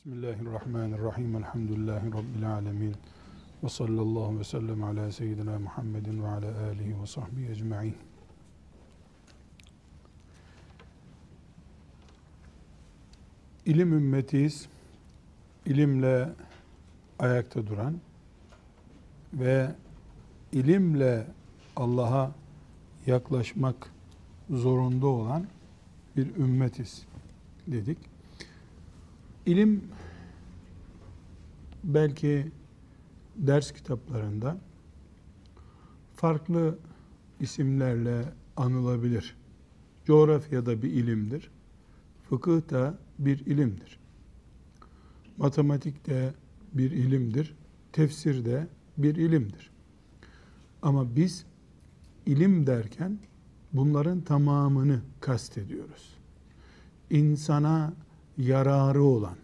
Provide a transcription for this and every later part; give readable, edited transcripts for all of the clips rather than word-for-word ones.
Bismillahirrahmanirrahim. Elhamdülillahi Rabbil alemin. Ve sallallahu ve sellem ala seyyidina Muhammedin ve ala alihi ve sahbihi ecma'in. İlim ümmetiyiz. İlimle ayakta duran ve ilimle Allah'a yaklaşmak zorunda olan bir ümmetiz dedik. İlim belki ders kitaplarında farklı isimlerle anılabilir. Coğrafyada bir ilimdir. Fıkıh da bir ilimdir. Matematik de bir ilimdir. Tefsir de bir ilimdir. Ama biz ilim derken bunların tamamını kastediyoruz. İnsana yararı olan,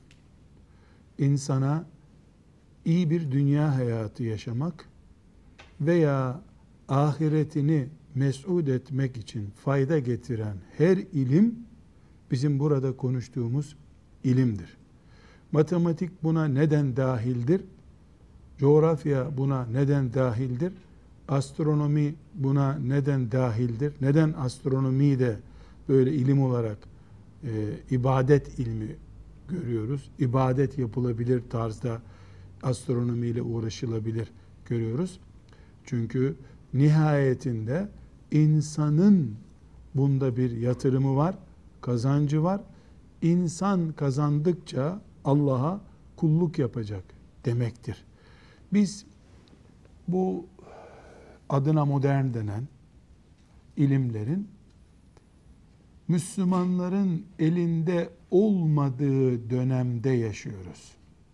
insana iyi bir dünya hayatı yaşamak veya ahiretini mes'ud etmek için fayda getiren her ilim bizim burada konuştuğumuz ilimdir. Matematik buna neden dahildir? Coğrafya buna neden dahildir? Astronomi buna neden dahildir? Neden astronomiyi de böyle ilim olarak ibadet ilmi görüyoruz? İbadet yapılabilir tarzda astronomiyle uğraşılabilir görüyoruz. Çünkü nihayetinde insanın bunda bir yatırımı var, kazancı var. İnsan kazandıkça Allah'a kulluk yapacak demektir. Biz bu adına modern denen ilimlerin Müslümanların elinde olmadığı dönemde yaşıyoruz.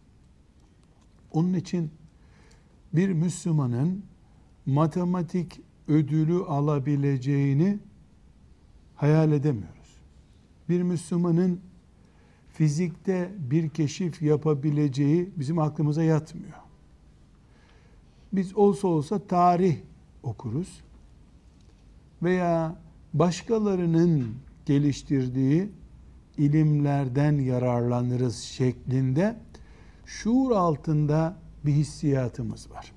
Onun için bir Müslümanın matematik ödülü alabileceğini hayal edemiyoruz. Bir Müslümanın fizikte bir keşif yapabileceği bizim aklımıza yatmıyor. Biz olsa tarih okuruz veya başkalarının geliştirdiği ilimlerden yararlanırız şeklinde şuur altında bir hissiyatımız var.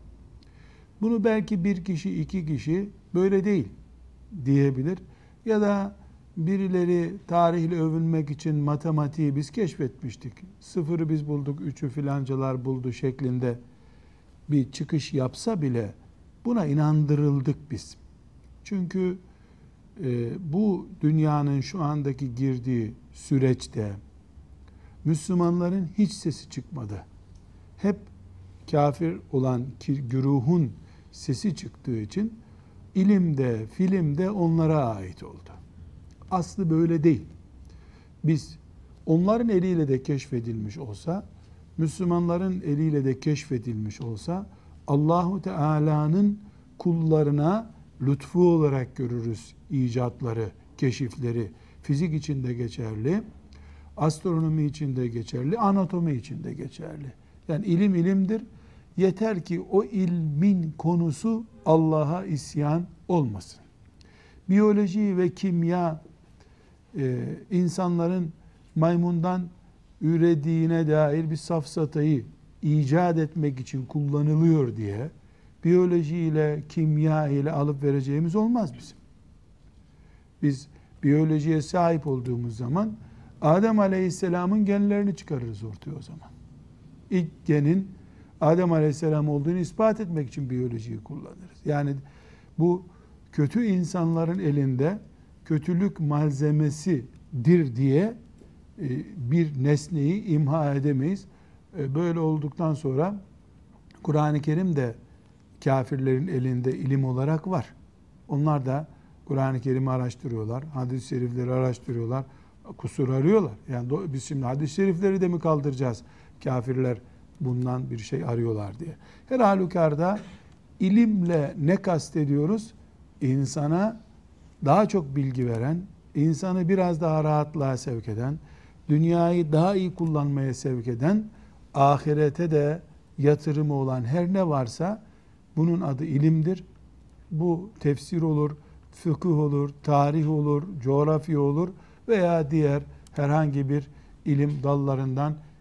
Bunu belki bir kişi, iki kişi böyle değil diyebilir. Ya da birileri tarihle övünmek için matematiği biz keşfetmiştik, sıfırı biz bulduk, üçü filancalar buldu şeklinde bir çıkış yapsa bile buna inandırıldık biz. Çünkü bu dünyanın şu andaki girdiği süreçte Müslümanların hiç sesi çıkmadı. Hep kafir olan güruhun sesi çıktığı için ilimde, filmde onlara ait oldu. Aslı böyle değil. Biz onların eliyle de keşfedilmiş olsa, Müslümanların eliyle de keşfedilmiş olsa Allahu Teala'nın kullarına lütfu olarak görürüz icatları, keşifleri. Fizik için de geçerli, astronomi için de geçerli, anatomi için de geçerli. Yani ilim ilimdir. Yeter ki o ilmin konusu Allah'a isyan olmasın. Biyoloji ve kimya insanların maymundan ürediğine dair bir safsatayı icat etmek için kullanılıyor diye biyoloji ile kimya ile alıp vereceğimiz olmaz bizim. Biz biyolojiye sahip olduğumuz zaman Adem Aleyhisselam'ın genlerini çıkarırız ortaya o zaman. İlk genin Adem Aleyhisselam olduğunu ispat etmek için biyolojiyi kullanırız. Yani bu kötü insanların elinde kötülük malzemesidir diye bir nesneyi imha edemeyiz. Böyle olduktan sonra Kur'an-ı Kerim de kafirlerin elinde ilim olarak var. Onlar da Kur'an-ı Kerim'i araştırıyorlar, hadis-i şerifleri araştırıyorlar, kusur arıyorlar. Yani biz şimdi hadis-i şerifleri de mi kaldıracağız? Kafirler bundan bir şey arıyorlar diye. Her halükarda ilimle ne kastediyoruz? İnsana daha çok bilgi veren, insanı biraz daha rahatlığa sevk eden, dünyayı daha iyi kullanmaya sevk eden, ahirete de yatırımı olan her ne varsa bunun adı ilimdir. Bu tefsir olur, fıkıh olur, tarih olur, coğrafya olur veya diğer herhangi bir ilim dallarından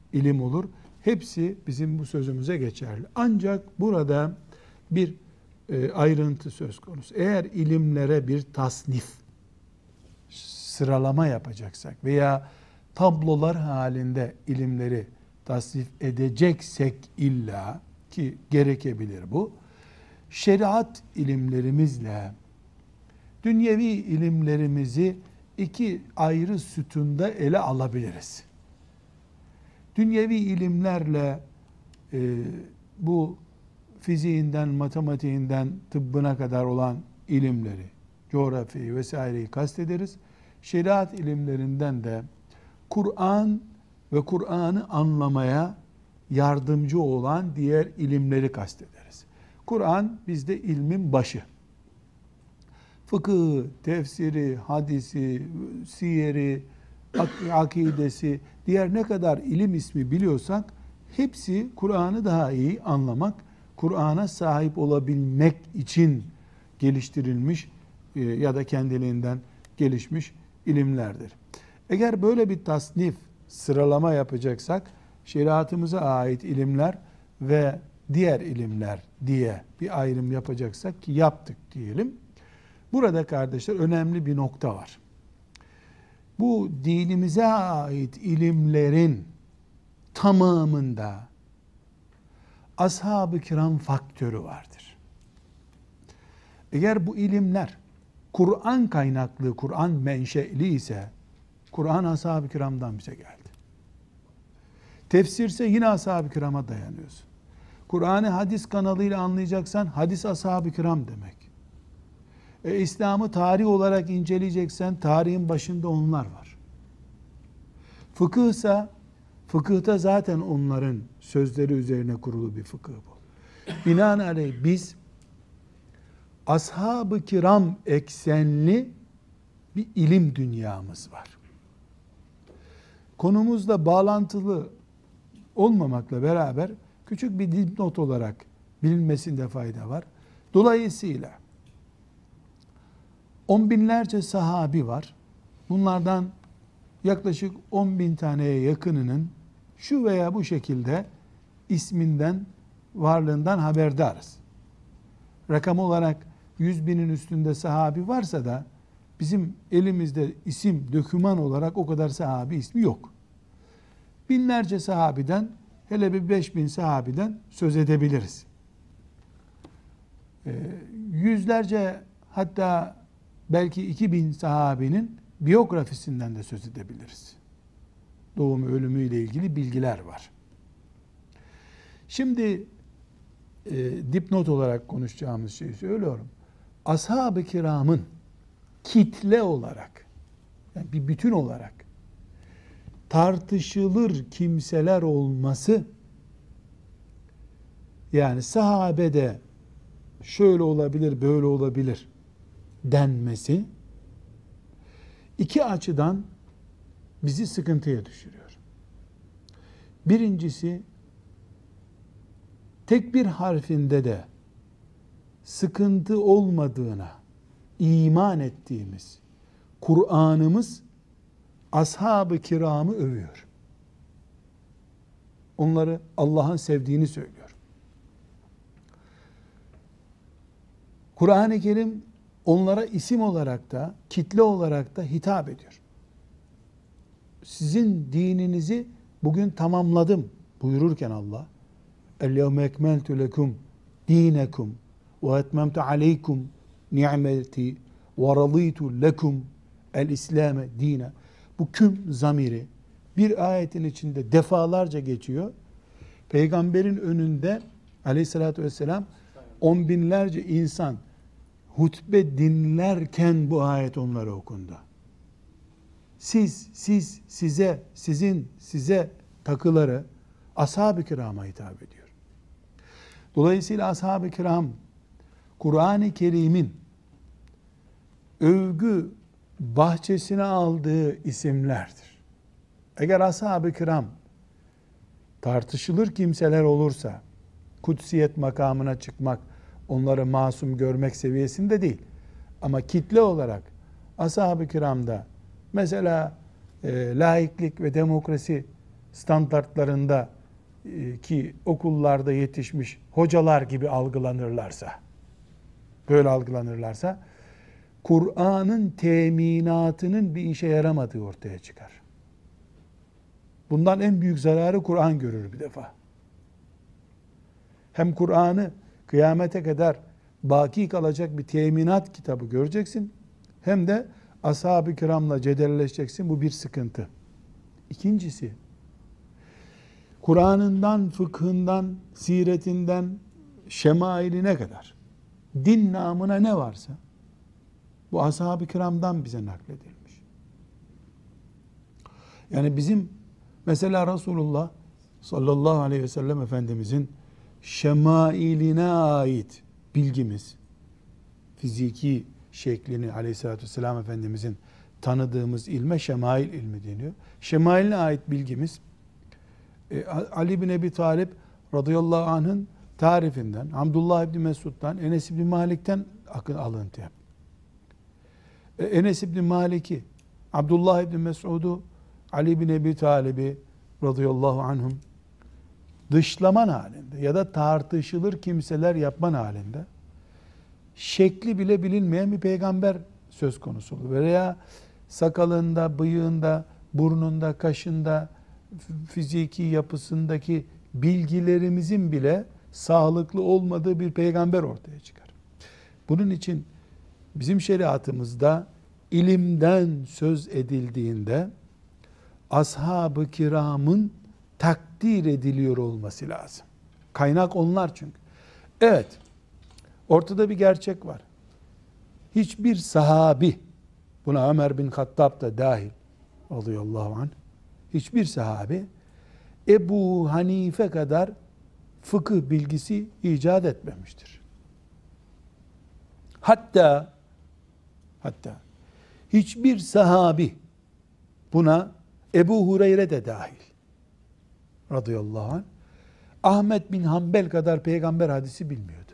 ilim olur. Hepsi bizim bu sözümüze geçerli. Ancak burada bir ayrıntı söz konusu. Eğer ilimlere bir tasnif, sıralama yapacaksak veya tablolar halinde ilimleri tasnif edeceksek illa ki gerekebilir bu, şeriat ilimlerimizle dünyevi ilimlerimizi iki ayrı sütunda ele alabiliriz. Dünyevi ilimlerle bu fiziğinden, matematiğinden, tıbbına kadar olan ilimleri, coğrafyayı vesaireyi kastederiz. Şeriat ilimlerinden de Kur'an ve Kur'an'ı anlamaya yardımcı olan diğer ilimleri kastederiz. Kur'an bizde ilmin başı. Fıkıh, tefsiri, hadisi, siyeri, akidesi, diğer ne kadar ilim ismi biliyorsak hepsi Kur'an'ı daha iyi anlamak, Kur'an'a sahip olabilmek için geliştirilmiş ya da kendiliğinden gelişmiş ilimlerdir. Eğer böyle bir tasnif, sıralama yapacaksak şeriatımıza ait ilimler ve diğer ilimler diye bir ayrım yapacaksak ki yaptık diyelim. Burada kardeşler önemli bir nokta var. Bu dinimize ait ilimlerin tamamında ashab-ı kiram faktörü vardır. Eğer bu ilimler Kur'an kaynaklı, Kur'an menşeli ise Kur'an ashab-ı kiramdan bize geldi. Tefsirse yine ashab-ı kirama dayanıyorsun. Kur'an'ı hadis kanalıyla anlayacaksan hadis ashab-ı kiram demek. İslam'ı tarih olarak inceleyeceksen tarihin başında onlar var. Fıkıhsa fıkıhta zaten onların sözleri üzerine kurulu bir fıkıh bu. Binaenaleyh biz ashab-ı kiram eksenli bir ilim dünyamız var. Konumuzla bağlantılı olmamakla beraber küçük bir dipnot olarak bilinmesinde fayda var. Dolayısıyla on binlerce sahabi var. Bunlardan yaklaşık 10 bin taneye yakınının şu veya bu şekilde isminden, varlığından haberdarız. Rakam olarak 100 binin üstünde sahabi varsa da bizim elimizde isim, döküman olarak o kadar sahabi ismi yok. Binlerce sahabiden, hele bir 5000 sahabiden söz edebiliriz. Yüzlerce, hatta belki 2000 sahabinin biyografisinden de söz edebiliriz. Doğumu, ölümüyle ilgili bilgiler var. Şimdi dipnot olarak konuşacağımız şeyi söylüyorum. Ashab-ı kiramın kitle olarak, yani bir bütün olarak tartışılır kimseler olması, yani sahabede şöyle olabilir, böyle olabilir denmesi iki açıdan bizi sıkıntıya düşürüyor. Birincisi, tek bir harfinde de sıkıntı olmadığına iman ettiğimiz Kur'an'ımız ashab-ı kiramı övüyor. Onları Allah'ın sevdiğini söylüyor. Kur'an-ı Kerim onlara isim olarak da, kitle olarak da hitap ediyor. Sizin dininizi bugün tamamladım buyururken Allah, "El-yevme ekmeltu lekum dinekum ve etmemtu aleykum ni'meti ve raditu lekum el-islame dine." Bu küm zamiri bir ayetin içinde defalarca geçiyor. Peygamberin önünde aleyhissalatü vesselam on binlerce insan hutbe dinlerken bu ayet onlara okundu. Size takıları ashab-ı kirama hitap ediyor. Dolayısıyla ashab-ı kiram Kur'an-ı Kerim'in övgü bahçesine aldığı isimlerdir. Eğer ashab-ı kiram tartışılır kimseler olursa, kutsiyet makamına çıkmak, onları masum görmek seviyesinde değil. Ama kitle olarak ashab-ı kiramda mesela laiklik ve demokrasi standartlarında ki okullarda yetişmiş hocalar gibi algılanırlarsa, böyle algılanırlarsa, Kur'an'ın teminatının bir işe yaramadığı ortaya çıkar. Bundan en büyük zararı Kur'an görür bir defa. Hem Kur'an'ı kıyamete kadar baki kalacak bir teminat kitabı göreceksin, hem de ashab-ı kiramla cedelleşeceksin. Bu bir sıkıntı. İkincisi, Kur'an'ından, fıkhından, siretinden, şemailine kadar din namına ne varsa bu ashab-ı kiramdan bize nakledilmiş. Yani bizim mesela Resulullah sallallahu aleyhi ve sellem Efendimizin şemailine ait bilgimiz, fiziki şeklini aleyhissalatü vesselam Efendimizin tanıdığımız ilme şemail ilmi deniyor. Şemailine ait bilgimiz Ali bin Ebi Talib radıyallahu anh'ın tarifinden, Abdullah ibn Mesud'dan, Enes ibn Malik'ten alıntı yap. Enes ibn Malik'i, Abdullah ibn Mesud'u, Ali bin Ebi Talib'i radıyallahu anhum dışlaman halinde ya da tartışılır kimseler yapman halinde şekli bile bilinmeyen bir peygamber söz konusu olur. Veya sakalında, bıyığında, burnunda, kaşında, fiziki yapısındaki bilgilerimizin bile sağlıklı olmadığı bir peygamber ortaya çıkar. Bunun için bizim şeriatımızda ilimden söz edildiğinde ashab-ı kiramın takdir ediliyor olması lazım. Kaynak onlar çünkü. Evet, ortada bir gerçek var. Hiçbir sahabi, buna Ömer bin Hattab da dahil radıyallahu anh, hiçbir sahabi Ebu Hanife kadar fıkıh bilgisi icat etmemiştir. Hatta hiçbir sahabi, buna Ebu Hureyre de dahil radıyallahu anh, Ahmet bin Hanbel kadar peygamber hadisi bilmiyordu.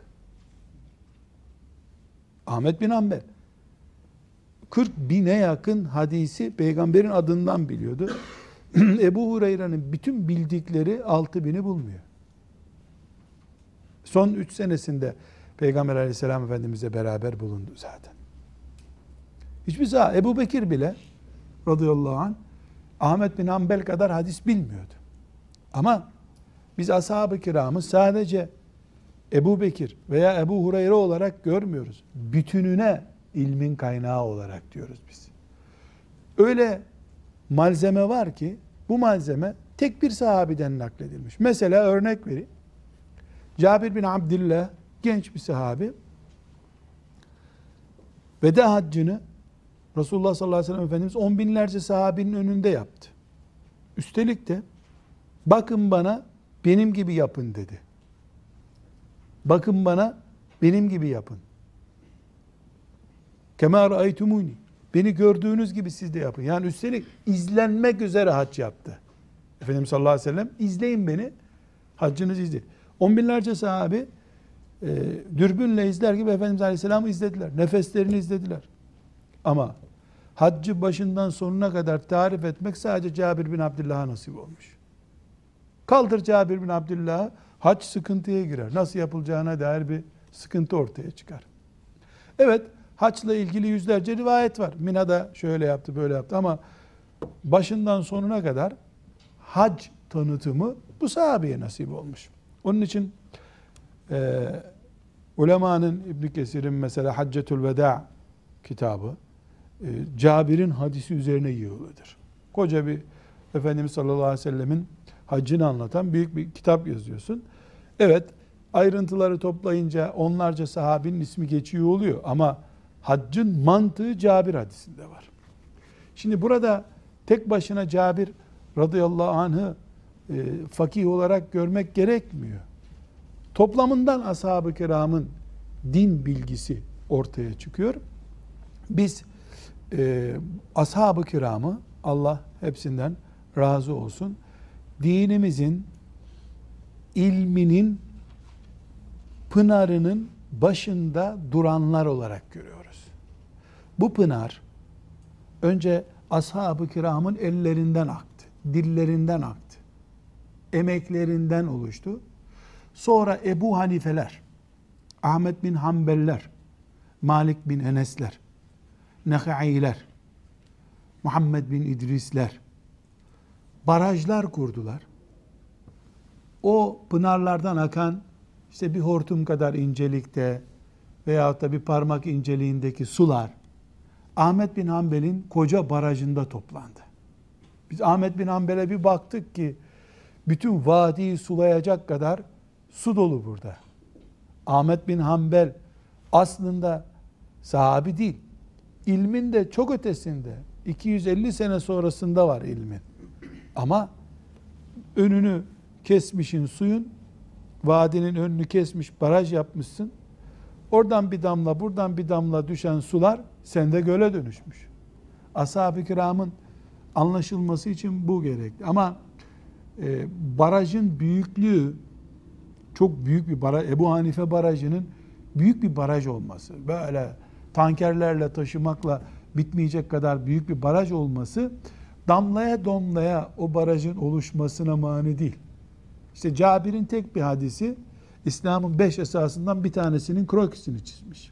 Ahmet bin Hanbel 40 bine yakın hadisi peygamberin adından biliyordu. Ebu Hureyre'nin bütün bildikleri 6.000'i bulmuyor. Son 3 senesinde Peygamber aleyhisselam Efendimiz'le beraber bulundu zaten. Hiçbir sahabe, Ebu Bekir bile radıyallahu anh Ahmet bin Hanbel kadar hadis bilmiyordu. Ama biz ashab-ı kiramı sadece Ebu Bekir veya Ebu Hureyre olarak görmüyoruz. Bütününe ilmin kaynağı olarak diyoruz biz. Öyle malzeme var ki bu malzeme tek bir sahabiden nakledilmiş. Mesela örnek vereyim. Cabir bin Abdillah genç bir sahabi. Veda haccını Resulullah sallallahu aleyhi ve sellem Efendimiz 10 binlerce sahabinin önünde yaptı. Üstelik de bakın bana benim gibi yapın dedi. Bakın bana benim gibi yapın. Kemâ râeytumûni. Beni gördüğünüz gibi siz de yapın. Yani üstelik izlenmek üzere hac yaptı. Efendimiz sallallahu aleyhi ve sellem izleyin beni, haccınızı izleyin. 10 binlerce sahabi dürbünle izler gibi Efendimiz aleyhisselam'ı izlediler. Nefeslerini izlediler. Ama haccı başından sonuna kadar tarif etmek sadece Cabir bin Abdullah'a nasip olmuş. Kaldır Cabir bin Abdullah'ı, hac sıkıntıya girer. Nasıl yapılacağına dair bir sıkıntı ortaya çıkar. Evet, haçla ilgili yüzlerce rivayet var. Mina'da şöyle yaptı, böyle yaptı ama başından sonuna kadar hac tanıtımı bu sahabeye nasip olmuş. Onun için ulemanın, İbn Kesir'in mesela Haccetül Veda kitabı Cabir'in hadisi üzerine yığılıdır. Koca bir Efendimiz sallallahu aleyhi ve sellemin haccını anlatan büyük bir kitap yazıyorsun. Evet, ayrıntıları toplayınca onlarca sahabinin ismi geçiyor oluyor ama haccın mantığı Cabir hadisinde var. Şimdi burada tek başına Cabir radıyallahu anh'ı fakih olarak görmek gerekmiyor. Toplamından ashab-ı kiramın din bilgisi ortaya çıkıyor. Biz ashab-ı kiramı, Allah hepsinden razı olsun, dinimizin ilminin pınarının başında duranlar olarak görüyoruz. Bu pınar önce ashab-ı kiramın ellerinden aktı, dillerinden aktı. emeklerinden oluştu. Sonra Ebu Hanifeler, Ahmet bin Hanbeller, Malik bin Enesler, Nekailer, Muhammed bin İdrisler barajlar kurdular. O pınarlardan akan işte bir hortum kadar incelikte veyahut da bir parmak inceliğindeki sular Ahmet bin Hanbel'in koca barajında toplandı. Biz Ahmet bin Hanbel'e bir baktık ki bütün vadiyi sulayacak kadar su dolu burada. Ahmet bin Hanbel aslında sahabi değil. İlmin de çok ötesinde. 250 sene sonrasında var ilmin. Ama önünü kesmişin suyun, vadinin önünü kesmiş, baraj yapmışsın. Oradan bir damla, buradan bir damla düşen sular sende göle dönüşmüş. Ashab-ı kiramın anlaşılması için bu gerekli. Ama barajın büyüklüğü, çok büyük bir baraj, Ebu Hanife barajının büyük bir baraj olması, böyle tankerlerle taşımakla bitmeyecek kadar büyük bir baraj olması, damlaya damlaya o barajın oluşmasına mani değil. İşte Cabir'in tek bir hadisi, İslam'ın 5 esasından bir tanesinin krokisini çizmiş.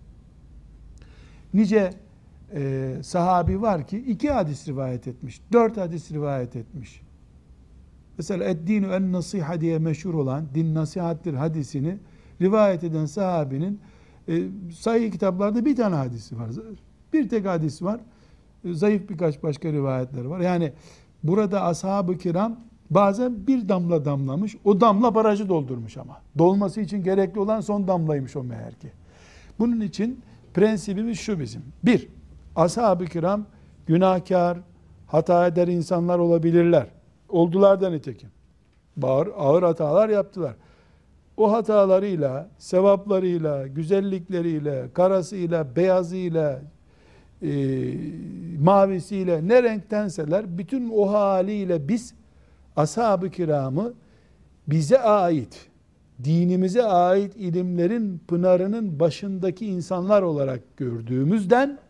Nice sahabi var ki 2 hadis rivayet etmiş, 4 hadis rivayet etmiş. Mesela "Eddinu en nasiha" diye meşhur olan din nasihattir hadisini rivayet eden sahabinin sahih kitaplarda bir tane hadisi var. Bir tek hadis var. Zayıf birkaç başka rivayetler var. Yani burada ashab-ı kiram bazen bir damla damlamış. O damla barajı doldurmuş ama. Dolması için gerekli olan son damlaymış o meğer ki. Bunun için prensibimiz şu bizim. 1. Ashab-ı kiram günahkar, hata eder insanlar olabilirler. Oldular da nitekim. Ağır hatalar yaptılar. O hatalarıyla, sevaplarıyla, güzellikleriyle, karasıyla, beyazıyla, mavisiyle ne renktenseler bütün o haliyle biz ashab-ı kiramı bize ait, dinimize ait ilimlerin pınarının başındaki insanlar olarak gördüğümüzden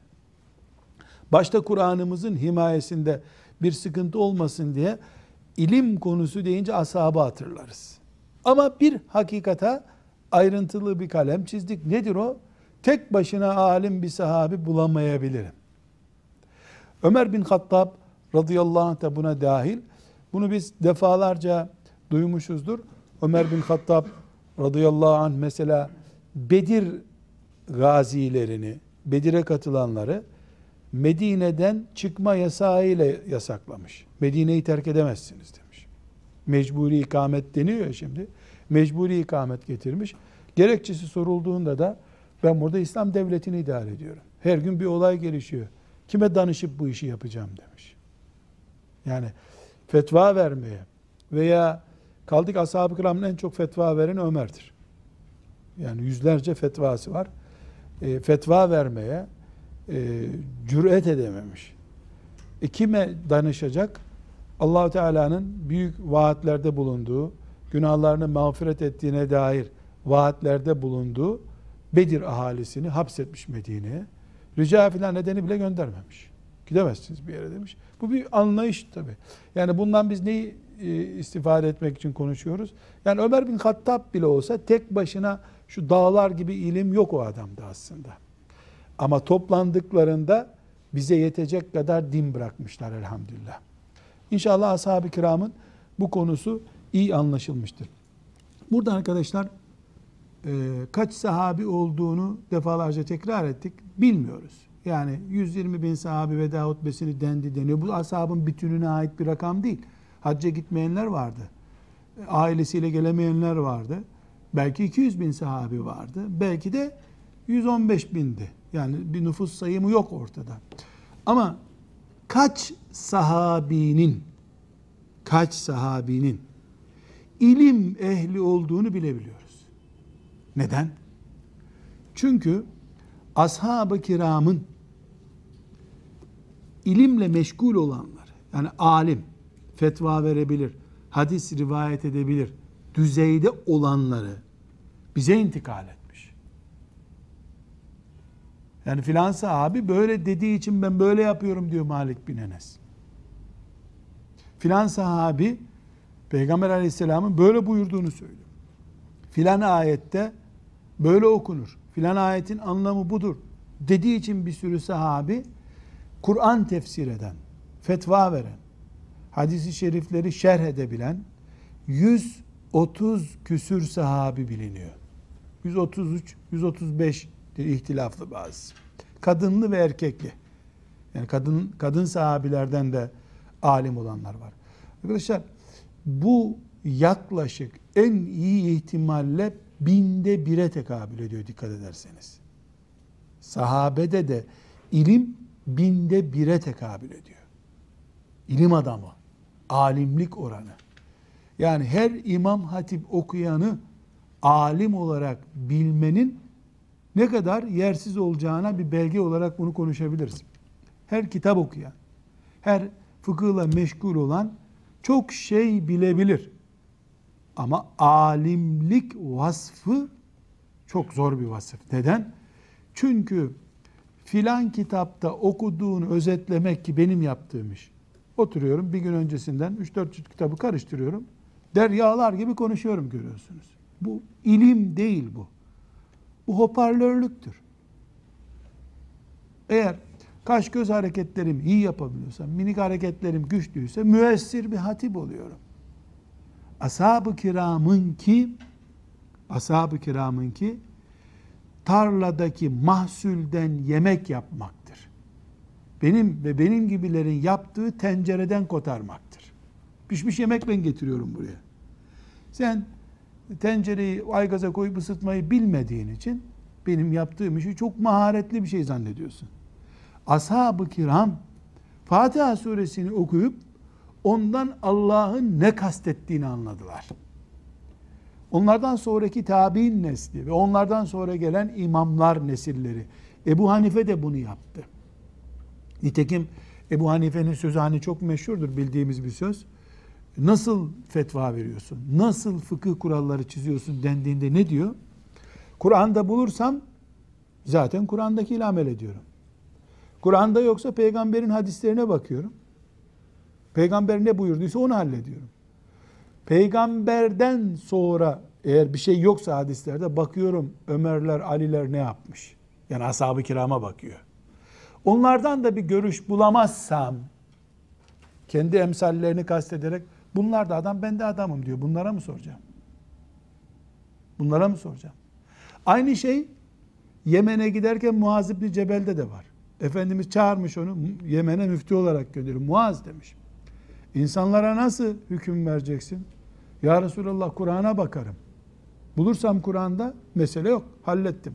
başta Kur'an'ımızın himayesinde bir sıkıntı olmasın diye ilim konusu deyince ashabı hatırlarız. Ama bir hakikata ayrıntılı bir kalem çizdik. Nedir o? Tek başına alim bir sahabi bulamayabilirim. Ömer bin Hattab radıyallahu anh da buna dahil. Bunu biz defalarca duymuşuzdur. Ömer bin Hattab radıyallahu anh mesela Bedir gazilerini, Bedir'e katılanları Medine'den çıkma yasağıyla yasaklamış. Medine'yi terk edemezsiniz demiş. Mecburi ikamet deniyor ya şimdi. Mecburi ikamet getirmiş. Gerekçesi sorulduğunda da ben burada İslam devletini idare ediyorum. Her gün bir olay gelişiyor. Kime danışıp bu işi yapacağım demiş. Yani fetva vermeye veya kaldık ashab-ı kiramın en çok fetva veren Ömer'dir. Yani yüzlerce fetvası var. Fetva vermeye cüret edememiş. Kime danışacak? Allah-u Teala'nın büyük vaatlerde bulunduğu, günahlarını mağfiret ettiğine dair vaatlerde bulunduğu Bedir ahalisini hapsetmiş Medine'ye. Rica filan nedeni bile göndermemiş. Gidemezsiniz bir yere demiş. Bu bir anlayış tabii. Yani bundan biz neyi istifade etmek için konuşuyoruz? Yani Ömer bin Hattab bile olsa tek başına şu dağlar gibi ilim yok o adamda aslında. Ama toplandıklarında bize yetecek kadar din bırakmışlar elhamdülillah. İnşallah ashab-ı kiramın bu konusu iyi anlaşılmıştır. Burada arkadaşlar kaç sahabi olduğunu defalarca tekrar ettik. Bilmiyoruz. Yani 120 bin sahabi veda hutbesini dendi deniyor. Bu ashabın bütününe ait bir rakam değil. Hacca gitmeyenler vardı. Ailesiyle gelemeyenler vardı. Belki 200 bin sahabi vardı. Belki de 115 bindi. Yani bir nüfus sayımı yok ortada. Ama kaç sahabinin ilim ehli olduğunu bilebiliyoruz. Neden? Çünkü ashab-ı kiramın ilimle meşgul olanlar, yani alim, fetva verebilir, hadis rivayet edebilir düzeyde olanları bize intikal etmiş. Yani filan sahabi böyle dediği için ben böyle yapıyorum diyor Malik bin Enes. Filan sahabi Peygamber aleyhisselamın böyle buyurduğunu söylüyor. Filan ayette böyle okunur. Filan ayetin anlamı budur dediği için bir sürü sahabi Kur'an tefsir eden, fetva veren, hadis-i şerifleri şerh edebilen 130 küsür sahabi biliniyor. 133, 135 ihtilaflı bazı. Kadınlı ve erkekli. Yani kadın sahabilerden de alim olanlar var. Arkadaşlar bu yaklaşık en iyi ihtimalle 1/1000'e tekabül ediyor dikkat ederseniz. Sahabede de ilim 1/1000'e tekabül ediyor. İlim adamı, alimlik oranı. Yani her imam hatip okuyanı alim olarak bilmenin ne kadar yersiz olacağına bir belge olarak bunu konuşabiliriz. Her kitap okuyan, her fıkıhla meşgul olan çok şey bilebilir. Ama alimlik vasfı çok zor bir vasıf. Neden? Çünkü filan kitapta okuduğunu özetlemek ki benim yaptığım iş. Oturuyorum bir gün öncesinden 3-4 kitabı karıştırıyorum. Deryalar gibi konuşuyorum görüyorsunuz. Bu ilim değil bu. Bu hoparlörlüktür. Eğer kaş göz hareketlerimi iyi yapabiliyorsam, minik hareketlerim güçlüyse müessir bir hatip oluyorum. Ashab-ı kiramın ki tarladaki mahsulden yemek yapmaktır. Benim ve benim gibilerin yaptığı tencereden kotarmaktır. Pişmiş yemek ben getiriyorum buraya. Sen tencereyi aygaza koyup ısıtmayı bilmediğin için benim yaptığım işi çok maharetli bir şey zannediyorsun. Ashab-ı kiram Fatiha suresini okuyup ondan Allah'ın ne kastettiğini anladılar. Onlardan sonraki tabi'in nesli ve onlardan sonra gelen imamlar nesilleri. Ebu Hanife de bunu yaptı. Nitekim Ebu Hanife'nin sözü hani çok meşhurdur, bildiğimiz bir söz. Nasıl fetva veriyorsun? Nasıl fıkıh kuralları çiziyorsun dendiğinde ne diyor? Kur'an'da bulursam zaten Kur'an'dakiyle amel ediyorum. Kur'an'da yoksa peygamberin hadislerine bakıyorum. Peygamber ne buyurduysa onu hallediyorum. Peygamberden sonra eğer bir şey yoksa hadislerde bakıyorum Ömerler, Aliler ne yapmış? Yani ashab-ı kirama bakıyor. Onlardan da bir görüş bulamazsam kendi emsallerini kastederek bunlar da adam ben de adamım diyor. Bunlara mı soracağım? Bunlara mı soracağım? Aynı şey Yemen'e giderken Muaz İbni Cebel'de de var. Efendimiz çağırmış onu Yemen'e müftü olarak gönderiyor. Muaz demiş. İnsanlara nasıl hüküm vereceksin? Ya Resulallah Kur'an'a bakarım. Bulursam Kur'an'da mesele yok. Hallettim.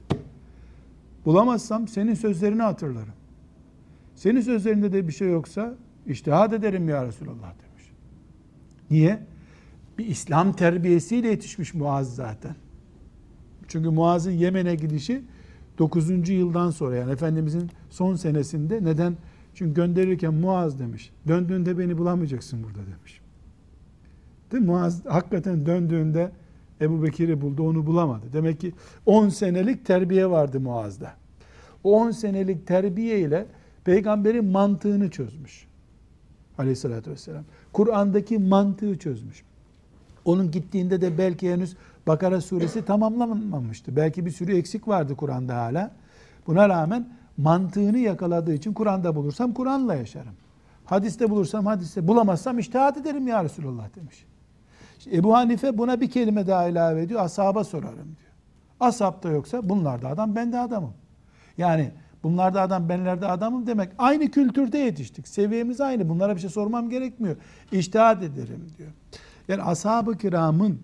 Bulamazsam senin sözlerini hatırlarım. Senin sözlerinde de bir şey yoksa içtihad ederim ya Resulallah demiş. Niye? Bir İslam terbiyesiyle yetişmiş Muaz zaten. Çünkü Muaz'ın Yemen'e gidişi 9. yıldan sonra yani Efendimizin son senesinde neden? Çünkü gönderirken Muaz demiş. Döndüğünde beni bulamayacaksın burada demiş. Değil mi? Muaz hakikaten döndüğünde Ebu Bekir'i buldu, onu bulamadı. Demek ki 10 senelik terbiye vardı Muaz'da. O 10 senelik terbiye ile peygamberin mantığını çözmüş. Aleyhissalatü vesselam. Kur'an'daki mantığı çözmüş. Onun gittiğinde de belki henüz Bakara suresi tamamlanmamıştı. Belki bir sürü eksik vardı Kur'an'da hala. Buna rağmen mantığını yakaladığı için Kur'an'da bulursam Kur'an'la yaşarım. Hadiste bulursam hadiste, bulamazsam içtihat ederim ya Resulallah demiş. İşte Ebu Hanife buna bir kelime daha ilave ediyor. Ashaba sorarım diyor. Ashab da yoksa bunlar da adam, ben de adamım. Yani bunlar da adam, benler de adamım demek. Aynı kültürde yetiştik. Seviyemiz aynı. Bunlara bir şey sormam gerekmiyor. İçtihat ederim diyor. Yani ashab-ı kiramın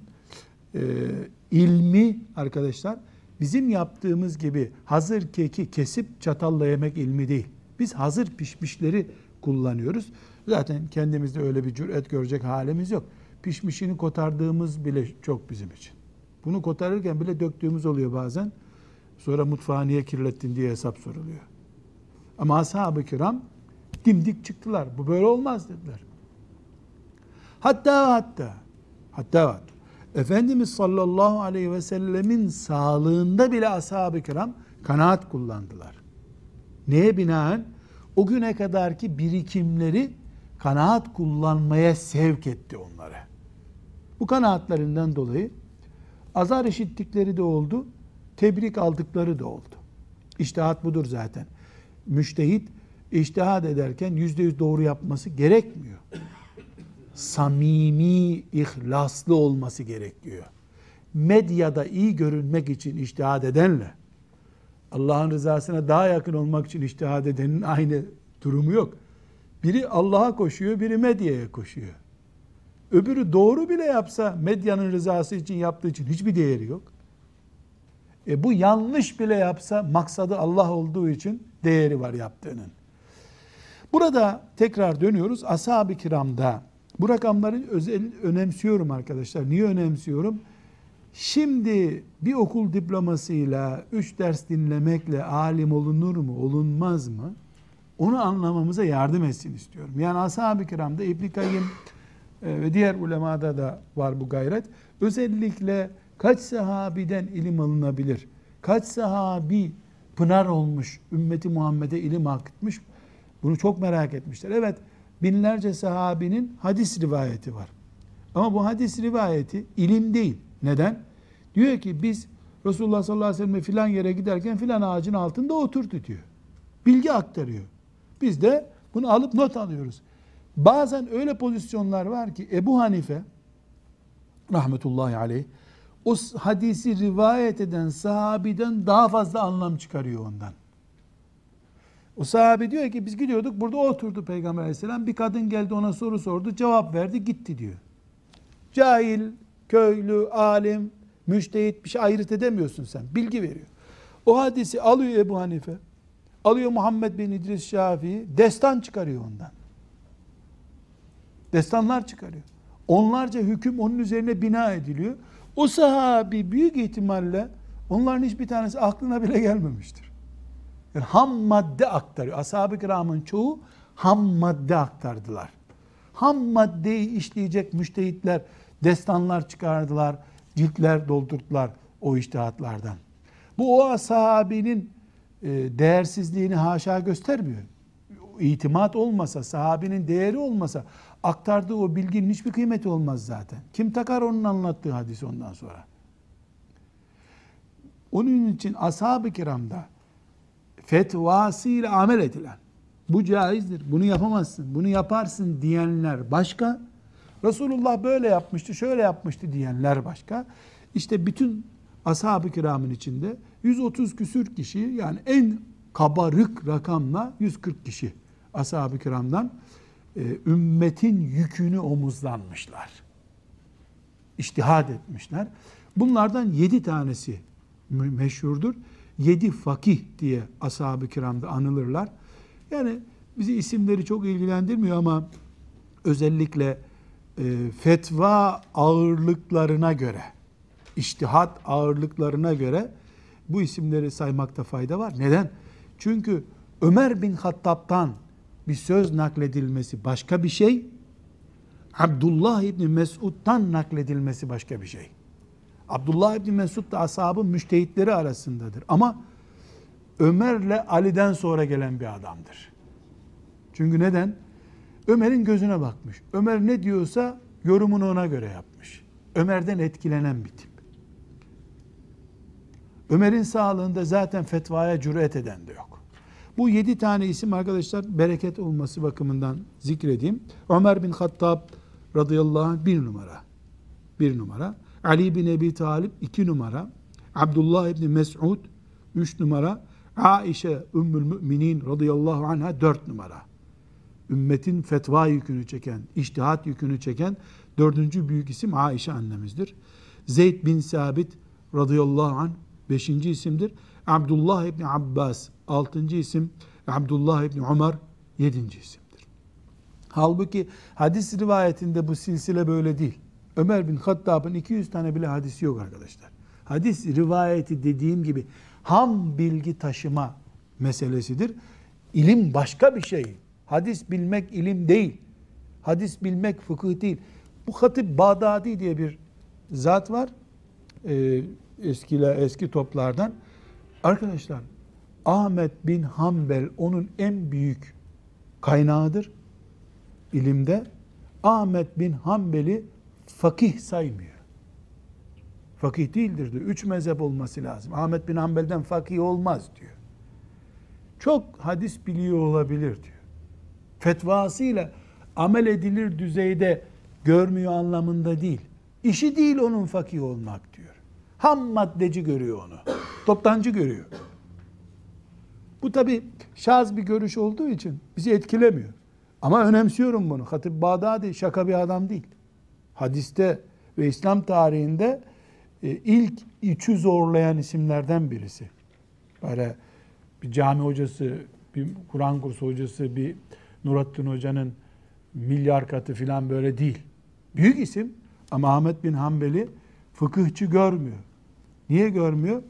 ilmi arkadaşlar bizim yaptığımız gibi hazır keki kesip çatalla yemek ilmi değil. Biz hazır pişmişleri kullanıyoruz. Zaten kendimizde öyle bir cüret görecek halimiz yok. Pişmişini kotardığımız bile çok bizim için. Bunu kotarırken bile döktüğümüz oluyor bazen. Sonra mutfağı niye kirlettin diye hesap soruluyor. Ama ashab-ı kiram dimdik çıktılar. Bu böyle olmaz dediler. Hatta Efendimiz sallallahu aleyhi ve sellemin sağlığında bile ashab-ı kiram kanaat kullandılar. Neye binaen? O güne kadarki birikimleri kanaat kullanmaya sevk etti onları. Bu kanaatlerinden dolayı azar işittikleri de oldu, tebrik aldıkları da oldu. İçtihat budur zaten. Müştehit içtihat ederken %100 doğru yapması gerekmiyor. Samimi, ihlaslı olması gerekiyor. Medyada iyi görünmek için içtihat edenle Allah'ın rızasına daha yakın olmak için içtihat edenin aynı durumu yok. Biri Allah'a koşuyor, biri medyaya koşuyor. Öbürü doğru bile yapsa medyanın rızası için yaptığı için hiçbir değeri yok. Bu yanlış bile yapsa maksadı Allah olduğu için değeri var yaptığının. Burada tekrar dönüyoruz. Ashab-ı kiramda bu rakamları önemsiyorum arkadaşlar. Niye önemsiyorum? Şimdi bir okul diplomasıyla 3 ders dinlemekle alim olunur mu, olunmaz mı? Onu anlamamıza yardım etsin istiyorum. Yani ashab-ı kiramda İbn-i Kayyim ve diğer ulemada da var bu gayret. Özellikle kaç sahabiden ilim alınabilir? Kaç sahabi pınar olmuş, ümmeti Muhammed'e ilim akıtmış? Bunu çok merak etmişler. Evet, binlerce sahabinin hadis rivayeti var. Ama bu hadis rivayeti ilim değil. Neden? Diyor ki biz Resulullah sallallahu aleyhi ve sellem filan yere giderken filan ağacın altında oturdu diyor. Bilgi aktarıyor. Biz de bunu alıp not alıyoruz. Bazen öyle pozisyonlar var ki Ebu Hanife rahmetullahi aleyh o hadisi rivayet eden sahabiden daha fazla anlam çıkarıyor ondan. O sahabe diyor ki biz gidiyorduk, burada oturdu Peygamber aleyhisselam, bir kadın geldi ona soru sordu, cevap verdi, gitti diyor. Cahil, köylü, alim, müştehit bir şey ayırt edemiyorsun sen. Bilgi veriyor. O hadisi alıyor Ebu Hanife, alıyor Muhammed bin İdris Şafii, destan çıkarıyor ondan. Destanlar çıkarıyor. Onlarca hüküm onun üzerine bina ediliyor. O sahabi büyük ihtimalle onların hiçbir tanesi aklına bile gelmemiştir. Yani ham madde aktarıyor. Ashab-ı kiramın çoğu ham madde aktardılar. Ham maddeyi işleyecek müştehitler destanlar çıkardılar, ciltler doldurdular o içtihatlardan. Bu o sahabinin değersizliğini haşa göstermiyor. İtimat olmasa, sahabinin değeri olmasa aktardığı o bilginin hiçbir kıymeti olmaz zaten. Kim takar onun anlattığı hadisi ondan sonra? Onun için ashab-ı kiramda fetvasıyla amel edilen, bu caizdir, bunu yapamazsın, bunu yaparsın diyenler başka, Resulullah böyle yapmıştı, şöyle yapmıştı diyenler başka. İşte bütün ashab-ı kiramın içinde 130 küsür kişi, yani en kabarık rakamla 140 kişi ashab-ı kiramdan ümmetin yükünü omuzlanmışlar. İçtihad etmişler. Bunlardan 7 tanesi meşhurdur. 7 fakih diye ashab-ı kiramda anılırlar. Yani bizi isimleri çok ilgilendirmiyor ama özellikle fetva ağırlıklarına göre, içtihat ağırlıklarına göre bu isimleri saymakta fayda var. Neden? Çünkü Ömer bin Hattab'tan bir söz nakledilmesi başka bir şey, Abdullah İbni Mesud'dan nakledilmesi başka bir şey. Abdullah İbni Mesud da ashabın müştehitleri arasındadır. Ama Ömer'le Ali'den sonra gelen bir adamdır. Çünkü neden? Ömer'in gözüne bakmış. Ömer ne diyorsa yorumunu ona göre yapmış. Ömer'den etkilenen bir tip. Ömer'in sağlığında zaten fetvaya cüret eden de yok. Bu 7 tane isim arkadaşlar bereket olması bakımından zikredeyim. Ömer bin Hattab radıyallahu anh 1 numara. 1 numara. Ali bin Ebi Talib 2 numara. Abdullah ibn Mes'ud 3 numara. Aişe Ümmül Müminin radıyallahu anha 4 numara. Ümmetin fetva yükünü çeken, içtihat yükünü çeken 4. büyük isim Aişe annemizdir. Zeyd bin Sabit radıyallahu anh 5. isimdir. Abdullah ibn Abbas 6. isim. Abdullah ibn Ömer 7. isimdir. Halbuki hadis rivayetinde bu silsile böyle değil. Ömer bin Hattab'ın 200 tane bile hadisi yok arkadaşlar. Hadis rivayeti dediğim gibi ham bilgi taşıma meselesidir. İlim başka bir şey. Hadis bilmek ilim değil. Hadis bilmek fıkıh değil. Bu Hatip Bağdadi diye bir zat var. Eski toplardan. Arkadaşlar Ahmet bin Hanbel onun en büyük kaynağıdır ilimde. Ahmet bin Hanbel'i fakih saymıyor. Fakih değildir diyor. 3 mezhep olması lazım. Ahmet bin Hanbel'den fakih olmaz diyor. Çok hadis biliyor olabilir diyor. Fetvasıyla amel edilir düzeyde görmüyor anlamında değil. İşi değil onun fakih olmak diyor. Ham maddeci görüyor onu. Toptancı görüyor. Bu tabi şaz bir görüş olduğu için bizi etkilemiyor. Ama önemsiyorum bunu. Hatip Bağdadi şaka bir adam değil. Hadiste ve İslam tarihinde ilk içi zorlayan isimlerden birisi. Böyle bir cami hocası, bir Kur'an kursu hocası, bir Nurattin Hoca'nın milyar katı filan böyle değil. Büyük isim ama Ahmet bin Hanbel'i fıkıhçı görmüyor. Niye görmüyor?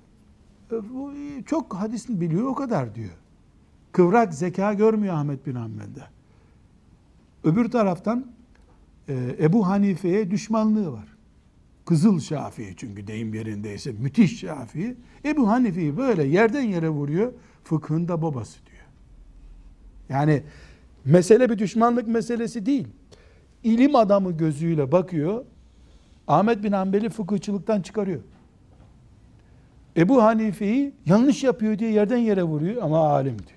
Çok hadis biliyor o kadar diyor. Kıvrak zeka görmüyor Ahmet bin Hanbel'de. Öbür taraftan Ebu Hanife'ye düşmanlığı var. Kızıl Şafii çünkü deyim yerindeyse müthiş Şafii. Ebu Hanife'yi böyle yerden yere vuruyor. Fıkhın da babası diyor. Yani mesele bir düşmanlık meselesi değil. İlim adamı gözüyle bakıyor. Ahmet bin Hanbel'i fıkıhçılıktan çıkarıyor. Ebu Hanife'yi yanlış yapıyor diye yerden yere vuruyor ama alim diyor.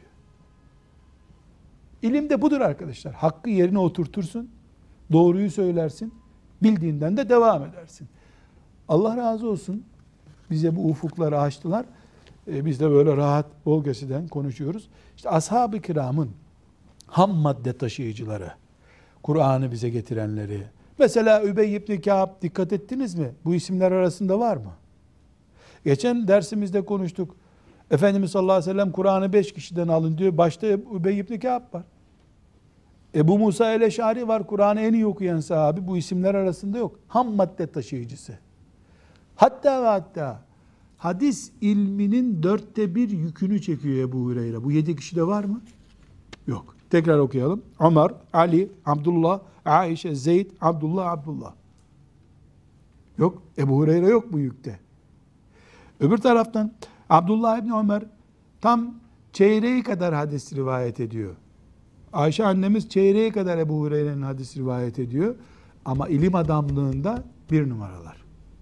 İlim de budur arkadaşlar. Hakkı yerine oturtursun. Doğruyu söylersin. Bildiğinden de devam edersin. Allah razı olsun. Bize bu ufukları açtılar. Biz de böyle rahat bol kesiden konuşuyoruz. İşte ashab-ı kiramın ham madde taşıyıcıları, Kur'an'ı bize getirenleri. Mesela Übey ibn Kâb dikkat ettiniz mi? Bu isimler arasında var mı? Geçen dersimizde konuştuk. Efendimiz sallallahu aleyhi ve sellem Kur'an'ı 5 kişiden alın diyor. Başta Übey ibn Kâb var. Ebu Musa el-Eş'ari var. Kur'an'ı en iyi okuyan sahabi. Bu isimler arasında yok. Ham madde taşıyıcısı. Hatta ve hatta hadis ilminin 1/4 yükünü çekiyor Ebu Hureyre. Bu 7 kişide var mı? Yok. Tekrar okuyalım. Ömer, Ali, Abdullah, Aişe, Zeyd, Abdullah. Yok. Ebu Hureyre yok bu yükte. Öbür taraftan Abdullah İbni Ömer tam çeyreği kadar hadis rivayet ediyor. Ayşe annemiz çeyreği kadar Ebu Hureyre'nin hadis rivayet ediyor. Ama ilim adamlığında 1 numaralar.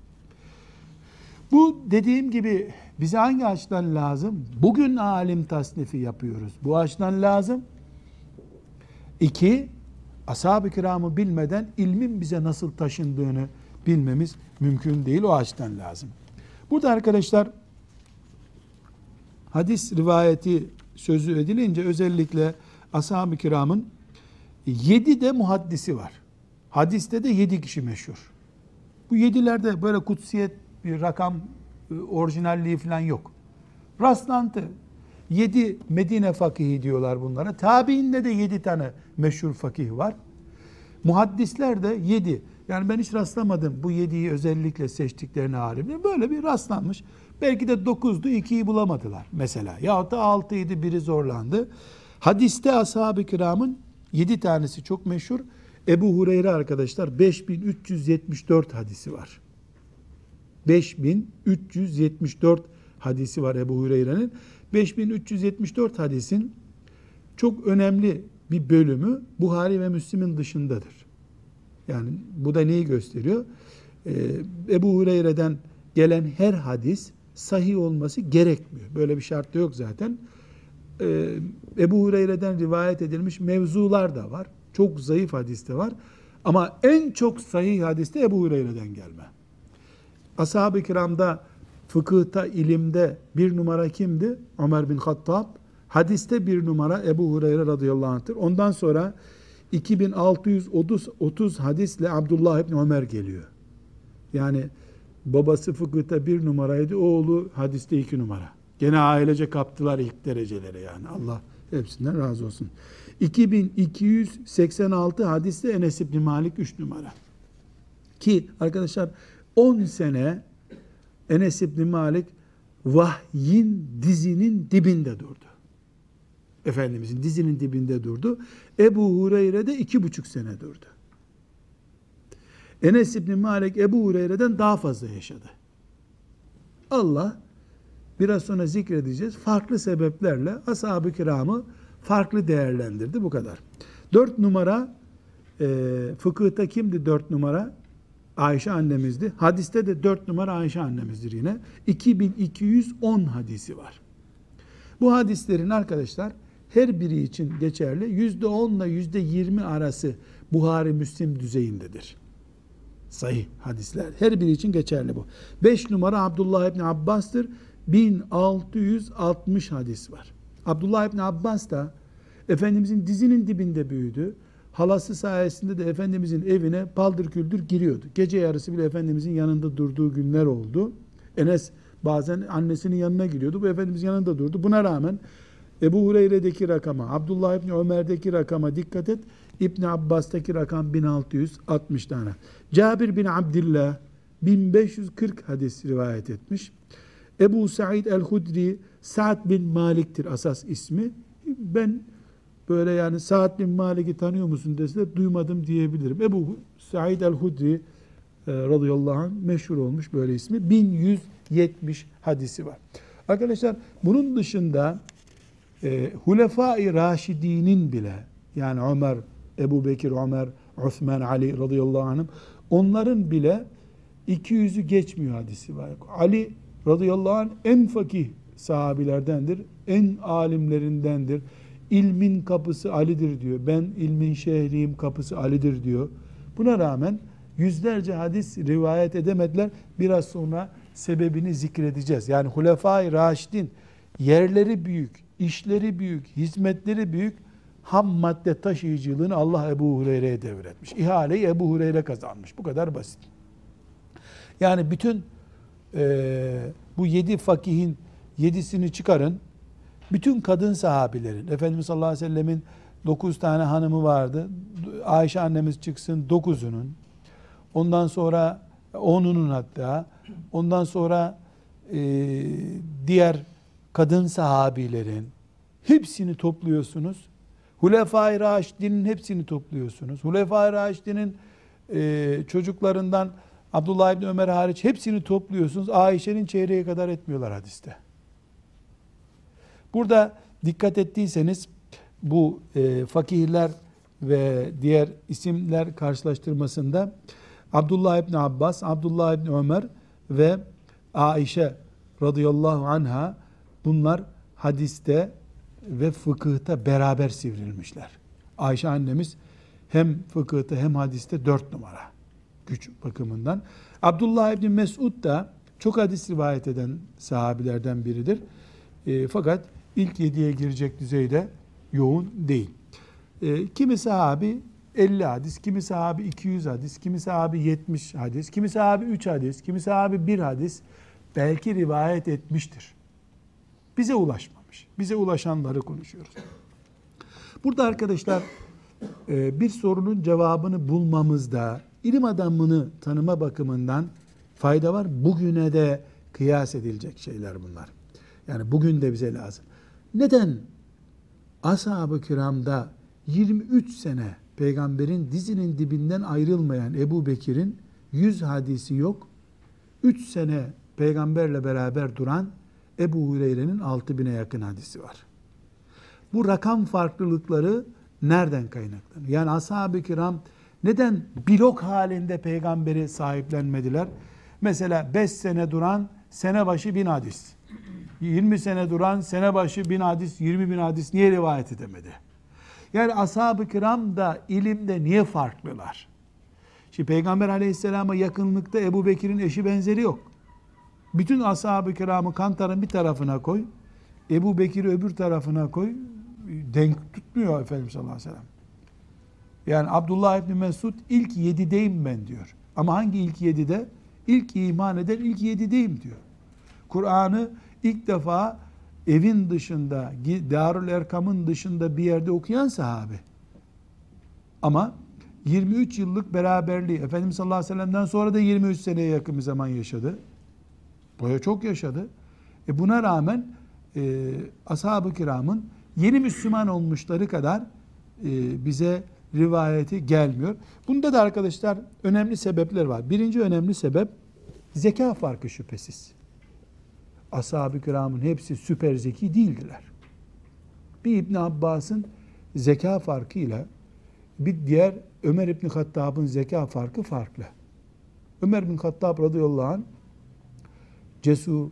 Bu dediğim gibi bize hangi açıdan lazım? Bugün alim tasnifi yapıyoruz. Bu açıdan lazım. 2, ashab-ı kiramı bilmeden ilmin bize nasıl taşındığını bilmemiz mümkün değil. O açıdan lazım. Burada arkadaşlar hadis rivayeti sözü edilince özellikle ashab-ı kiramın 7 de muhaddisi var. Hadiste de 7 kişi meşhur. Bu 7'lerde böyle kutsiyet bir rakam, orijinalliği falan yok. Rastlantı. 7 Medine fakihi diyorlar bunlara. Tabiinde de 7 tane meşhur fakih var. Muhaddisler de 7. Yani ben hiç rastlamadım bu 7'yi özellikle seçtiklerini alimler. Böyle bir rastlanmış. Belki de 9'du, 2'yi bulamadılar mesela. Yahut da 6'ydı, biri zorlandı. Hadiste ashab-ı kiramın 7 tanesi çok meşhur. Ebu Hureyre arkadaşlar 5374 hadisi var. 5374 hadisi var Ebu Hureyre'nin. 5374 hadisin çok önemli bir bölümü Buhari ve Müslim'in dışındadır. Yani bu da neyi gösteriyor? Ebu Hureyre'den gelen her hadis sahih olması gerekmiyor. Böyle bir şart da yok zaten. Ebu Hureyre'den rivayet edilmiş mevzular da var. Çok zayıf hadis de var. Ama en çok sahih hadis de Ebu Hureyre'den gelme. Ashab-ı kiramda, fıkıhta, ilimde 1 numara kimdi? Ömer bin Hattab. Hadiste 1 numara Ebu Hureyre radıyallahu anh'tır. Ondan sonra 2630 hadisle Abdullah İbni Ömer geliyor. Yani babası fıkıhta 1 numaraydı, oğlu hadiste 2 numara. Gene ailece kaptılar ilk derecelere yani. Allah hepsinden razı olsun. 2286 hadiste Enes İbni Malik 3 numara. Ki arkadaşlar 10 sene Enes İbni Malik vahyin dizinin dibinde durdu. Efendimizin dizinin dibinde durdu. Ebu Hureyre de 2,5 sene durdu. Enes İbni Malik Ebu Hureyre'den daha fazla yaşadı. Allah biraz sonra zikredeceğiz. Farklı sebeplerle ashab-ı kiramı farklı değerlendirdi. Bu kadar. 4 numara fıkıhta kimdi 4 numara? Ayşe annemizdi. Hadiste de 4 numara Ayşe annemizdir yine. 2210 hadisi var. Bu hadislerin arkadaşlar her biri için geçerli. %10 ile %20 arası Buhari Müslim düzeyindedir. Sahih hadisler. Her biri için geçerli bu. 5 numara Abdullah İbni Abbas'tır. 1660 hadis var. Abdullah İbni Abbas da Efendimizin dizinin dibinde büyüdü. Halası sayesinde de Efendimizin evine paldır küldür giriyordu. Gece yarısı bile Efendimizin yanında durduğu günler oldu. Enes bazen annesinin yanına gidiyordu. Bu Efendimiz yanında durdu. Buna rağmen Ebu Hureyre'deki rakama, Abdullah İbni Ömer'deki rakama dikkat et. İbni Abbas'taki rakam 1660 tane. Cabir bin Abdillah 1540 hadis rivayet etmiş. Ebu Said el-Hudri, Sa'd bin Malik'tir asas ismi. Ben böyle yani Sa'd bin Malik'i tanıyor musun deseler duymadım diyebilirim. Ebu Said el-Hudri radıyallahu anh meşhur olmuş böyle ismi. 1170 hadisi var. Arkadaşlar bunun dışında Hulefai Raşidinin bile yani Ömer, Ebu Bekir, Ömer, Osman, Ali radıyallahu anh'ım onların bile 200'ü geçmiyor hadisi var. Ali radıyallahu anh en fakih sahabilerdendir, en alimlerindendir. İlmin kapısı Ali'dir diyor. Ben ilmin şehriyim, kapısı Ali'dir diyor. Buna rağmen yüzlerce hadis rivayet edemediler. Biraz sonra sebebini zikredeceğiz. Yani Hulefai Raşidin yerleri büyük, işleri büyük, hizmetleri büyük, ham madde taşıyıcılığını Allah Ebu Hureyre'ye devretmiş. İhaleyi Ebu Hureyre kazanmış. Bu kadar basit. Yani bütün bu 7 fakihin 7'sini çıkarın. Bütün kadın sahabilerin, Efendimiz sallallahu aleyhi ve sellemin 9 tane hanımı vardı. Ayşe annemiz çıksın 9'unun. Ondan sonra 10'unun hatta. Ondan sonra diğer kadın sahabilerin hepsini topluyorsunuz. Hulefai Raşidinin hepsini topluyorsunuz. Hulefai Raşidinin çocuklarından Abdullah İbni Ömer hariç hepsini topluyorsunuz. Ayşe'nin çeyreği kadar etmiyorlar hadiste. Burada dikkat ettiyseniz bu fakihler ve diğer isimler karşılaştırmasında Abdullah İbni Abbas, Abdullah İbni Ömer ve Ayşe radıyallahu anha bunlar hadiste ve fıkıhta beraber sivrilmişler. Ayşe annemiz hem fıkıhta hem hadiste 4 numara güç bakımından. Abdullah İbni Mesud da çok hadis rivayet eden sahabilerden biridir. Fakat ilk 7'ye girecek düzeyde yoğun değil. Kimi sahabi 50 hadis, kimi sahabi 200 hadis, kimi sahabi 70 hadis, kimi sahabi 3 hadis, kimi sahabi 1 hadis belki rivayet etmiştir. Bize ulaşmamış. Bize ulaşanları konuşuyoruz. Burada arkadaşlar bir sorunun cevabını bulmamızda ilim adamını tanıma bakımından fayda var. Bugüne de kıyas edilecek şeyler bunlar. Yani bugün de bize lazım. Neden ashab-ı kiramda 23 sene peygamberin dizinin dibinden ayrılmayan Ebu Bekir'in 100 hadisi yok, 3 sene peygamberle beraber duran Ebu Hureyre'nin 6000'e yakın hadisi var. Bu rakam farklılıkları nereden kaynaklanıyor? Yani ashab-ı kiram neden blok halinde peygamberi sahiplenmediler? Mesela 5 sene duran sene başı 1000 hadis. 20 sene duran sene başı 1000 hadis, 20 bin hadis niye rivayet edemedi? Yani ashab-ı kiram da ilimde niye farklılar? Şimdi Peygamber aleyhisselama yakınlıkta Ebu Bekir'in eşi benzeri yok. Bütün ashab-ı kiramı kantarın bir tarafına koy, Ebu Bekir'i öbür tarafına koy, denk tutmuyor Efendimiz sallallahu aleyhi ve sellem. Yani Abdullah İbni Mesud ilk 7'deyim ben diyor. Ama hangi ilk 7'de? İlk iman eden ilk 7'deyim diyor. Kur'an'ı ilk defa evin dışında, Darül Erkam'ın dışında bir yerde okuyan sahabe. Ama 23 yıllık beraberliği, Efendimiz sallallahu aleyhi ve sellem'den sonra da 23 seneye yakın bir zaman yaşadı. Böyle çok yaşadı. Buna rağmen ashab-ı kiramın yeni Müslüman olmuşları kadar bize rivayeti gelmiyor. Bunda da arkadaşlar önemli sebepler var. Birinci önemli sebep zeka farkı şüphesiz. Ashab-ı kiramın hepsi süper zeki değildiler. Bir İbn Abbas'ın zeka farkıyla bir diğer Ömer İbn Hattab'ın zeka farkı farklı. Ömer bin Hattab radıyallahu anh cesur,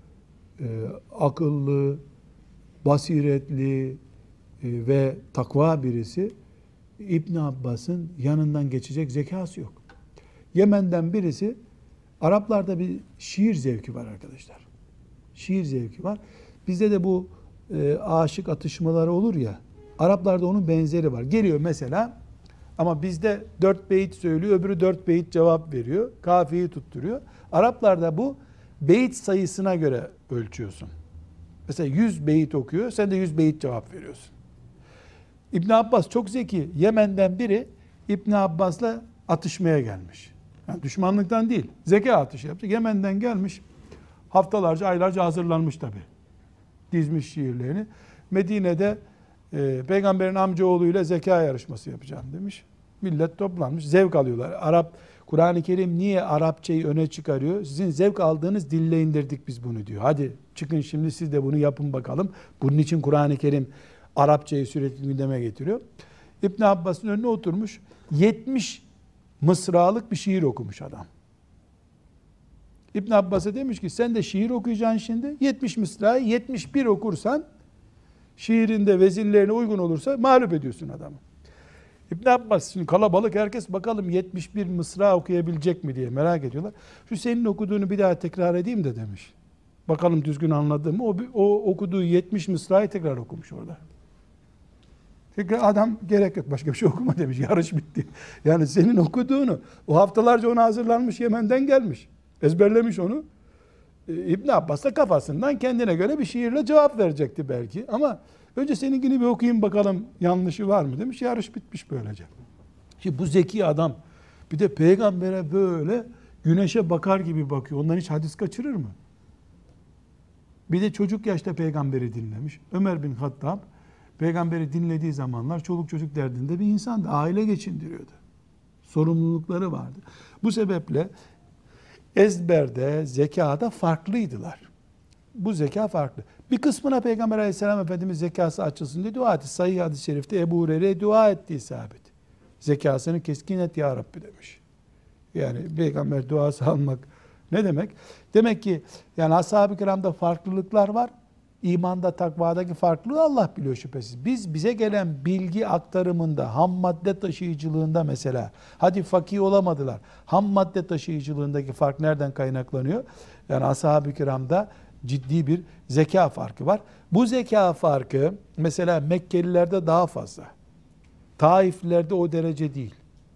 akıllı, basiretli ve takva birisi. İbn Abbas'ın yanından geçecek zekası yok. Yemen'den birisi, Araplarda bir şiir zevki var arkadaşlar. Şiir zevki var. Bizde de bu aşık atışmaları olur ya, Araplarda onun benzeri var. Geliyor mesela, ama bizde 4 beyit söylüyor, öbürü 4 beyit cevap veriyor. Kafiyeyi tutturuyor. Araplarda bu beyit sayısına göre ölçüyorsun. Mesela 100 beyit okuyor, sen de 100 beyit cevap veriyorsun. İbn Abbas çok zeki. Yemen'den biri İbn Abbas'la atışmaya gelmiş. Yani düşmanlıktan değil, zeka atışı yapacak. Yemen'den gelmiş. Haftalarca, aylarca hazırlanmış tabi. Dizmiş şiirlerini. Medine'de peygamberin amcaoğluyla zeka yarışması yapacağım demiş. Millet toplanmış. Zevk alıyorlar. Kur'an-ı Kerim niye Arapçayı öne çıkarıyor? Sizin zevk aldığınız dille indirdik biz bunu diyor. Hadi çıkın şimdi siz de bunu yapın bakalım. Bunun için Kur'an-ı Kerim Arapçayı sürekli gündeme getiriyor. İbn Abbas'ın önüne oturmuş. 70 mısralık bir şiir okumuş adam. İbn Abbas'a demiş ki sen de şiir okuyacaksın şimdi. 70 mısrayı 71 okursan, şiirinde vezinlerine uygun olursa mağlup ediyorsun adamı. İbn Abbas, şimdi kalabalık, herkes bakalım 71 mısra okuyabilecek mi diye merak ediyorlar. Şu senin okuduğunu bir daha tekrar edeyim de demiş. Bakalım düzgün anladı mı? O okuduğu 70 mısrayı tekrar okumuş orada. Tekrar adam gerek yok başka bir şey okuma demiş. Yarış bitti. Yani senin okuduğunu, o haftalarca ona hazırlanmış, Yemen'den gelmiş. Ezberlemiş onu. İbn Abbas da kafasından kendine göre bir şiirle cevap verecekti belki. Ama önce seninkini bir okuyayım bakalım yanlışı var mı demiş. Yarış bitmiş böylece. Şimdi bu zeki adam bir de peygambere böyle güneşe bakar gibi bakıyor. Ondan hiç hadis kaçırır mı? Bir de çocuk yaşta peygamberi dinlemiş. Ömer bin Hattab peygamberi dinlediği zamanlar çoluk çocuk derdinde bir insandı. Aile geçindiriyordu. Sorumlulukları vardı. Bu sebeple ezberde, zekada farklıydılar. Bu zeka farklı. Bir kısmına Peygamber Aleyhisselam Efendimiz zekası açılsın diye dua etti. Sahih hadis-i şerifte Ebu Hureyre'ye dua ettiği sabit. Zekasını keskin et ya Rabbi demiş. Yani peygamber duası almak ne demek? Demek ki yani ashab-ı kiramda farklılıklar var. İmanda, takvadaki farklılığı Allah biliyor şüphesiz. Bize gelen bilgi aktarımında, ham madde taşıyıcılığında mesela, hadi fakih olamadılar. Ham madde taşıyıcılığındaki fark nereden kaynaklanıyor? Yani ashab-ı kiramda ciddi bir zeka farkı var. Bu zeka farkı mesela Mekkelilerde daha fazla. Taiflilerde o derece değil.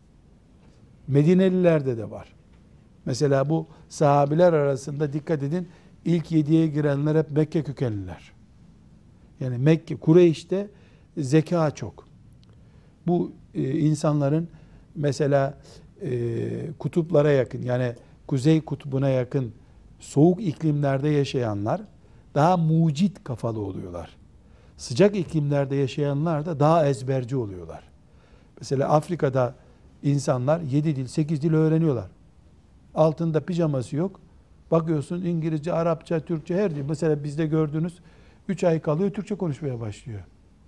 Medinelilerde de var. Mesela bu sahabiler arasında dikkat edin, İlk 7'ye girenler hep Mekke kökenliler. Yani Mekke, Kureyş'te zeka çok. Bu insanların mesela kutuplara yakın, yani kuzey kutbuna yakın soğuk iklimlerde yaşayanlar daha mucit kafalı oluyorlar. Sıcak iklimlerde yaşayanlar da daha ezberci oluyorlar. Mesela Afrika'da insanlar 7 dil, 8 dil öğreniyorlar. Altında pijaması yok. Bakıyorsun İngilizce, Arapça, Türkçe her dil. Mesela bizde gördüğünüz 3 ay kalıyor, Türkçe konuşmaya başlıyor.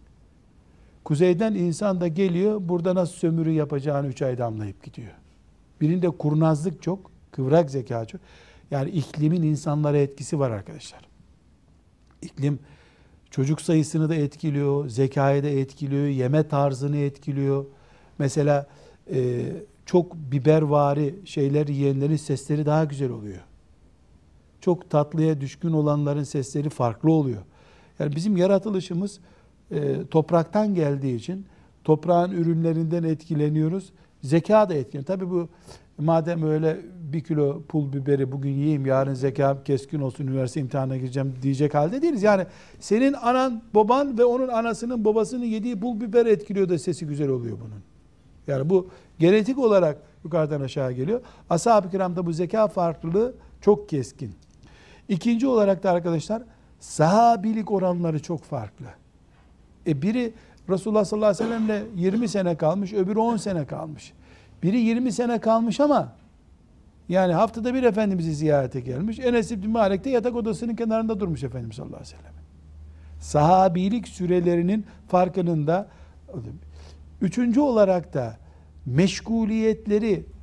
Kuzeyden insan da geliyor, burada nasıl sömürü yapacağını 3 ayda anlayıp gidiyor. Birinde kurnazlık çok, kıvrak zeka çok. Yani iklimin insanlara etkisi var arkadaşlar. İklim çocuk sayısını da etkiliyor, zekayı da etkiliyor, yeme tarzını etkiliyor. Mesela çok bibervari şeyler yiyenlerin sesleri daha güzel oluyor. Çok tatlıya düşkün olanların sesleri farklı oluyor. Yani bizim yaratılışımız topraktan geldiği için toprağın ürünlerinden etkileniyoruz. Zeka da etkileniyor. Tabii bu madem öyle 1 kilo pul biberi bugün yiyeyim, yarın zekam keskin olsun, üniversite imtihanına gireceğim diyecek halde değiliz. Yani senin anan, baban ve onun anasının babasının yediği pul biber etkiliyor da sesi güzel oluyor bunun. Yani bu genetik olarak yukarıdan aşağı geliyor. Ashab-ı kiramda bu zeka farklılığı çok keskin. İkinci olarak da arkadaşlar sahabilik oranları çok farklı. Biri Resulullah sallallahu aleyhi ve sellemle 20 sene kalmış, öbürü 10 sene kalmış. Biri 20 sene kalmış ama yani haftada bir Efendimiz'i ziyarete gelmiş. Enes İbn Malik'te yatak odasının kenarında durmuş Efendimiz sallallahu aleyhi ve sellem. Sahabilik sürelerinin farkının da. Üçüncü olarak da meşguliyetleri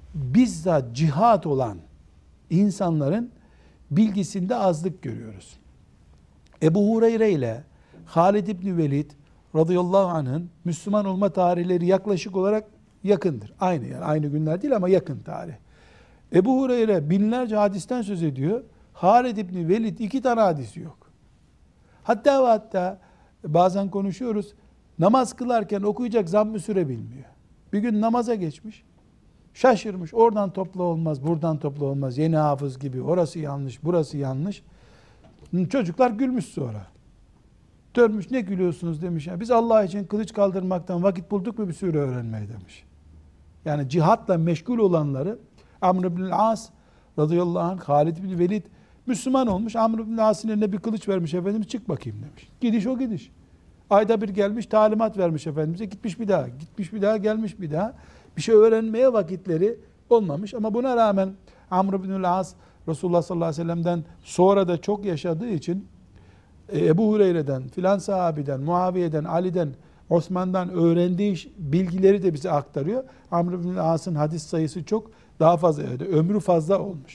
bizzat cihat olan insanların bilgisinde azlık görüyoruz. Ebu Hureyre ile Halid İbni Velid radıyallahu anh'ın Müslüman olma tarihleri yaklaşık olarak yakındır. Aynı, yani aynı günler değil ama yakın tarih. Ebu Hureyre binlerce hadisten söz ediyor. Halid İbni Velid 2 tane hadisi yok. Hatta ve hatta bazen konuşuyoruz. Namaz kılarken okuyacak zamm-ı süre bilmiyor. Bir gün namaza geçmiş. Şaşırmış. Oradan topla olmaz, buradan topla olmaz. Yeni hafız gibi. Orası yanlış, burası yanlış. Çocuklar gülmüş sonra. Dönmüş, ne gülüyorsunuz demiş. Ya, biz Allah için kılıç kaldırmaktan vakit bulduk mu bir sure öğrenmeye demiş. Yani cihatla meşgul olanları Amr ibn As radıyallahu anh, Halid ibn Velid Müslüman olmuş. Amr ibn As'ın eline bir kılıç vermiş, Efendimiz çık bakayım demiş. Gidiş o gidiş. Ayda bir gelmiş, talimat vermiş Efendimiz'e, gitmiş bir daha, gitmiş bir daha, gelmiş bir daha. Bir şey öğrenmeye vakitleri olmamış ama buna rağmen Amr ibn As Resulullah sallallahu aleyhi ve sellem'den sonra da çok yaşadığı için Ebu Hureyre'den, filan sahabiden, Muaviye'den, Ali'den, Osman'dan öğrendiği bilgileri de bize aktarıyor. Amr ibn As'ın hadis sayısı çok daha fazla, ömrü fazla olmuş.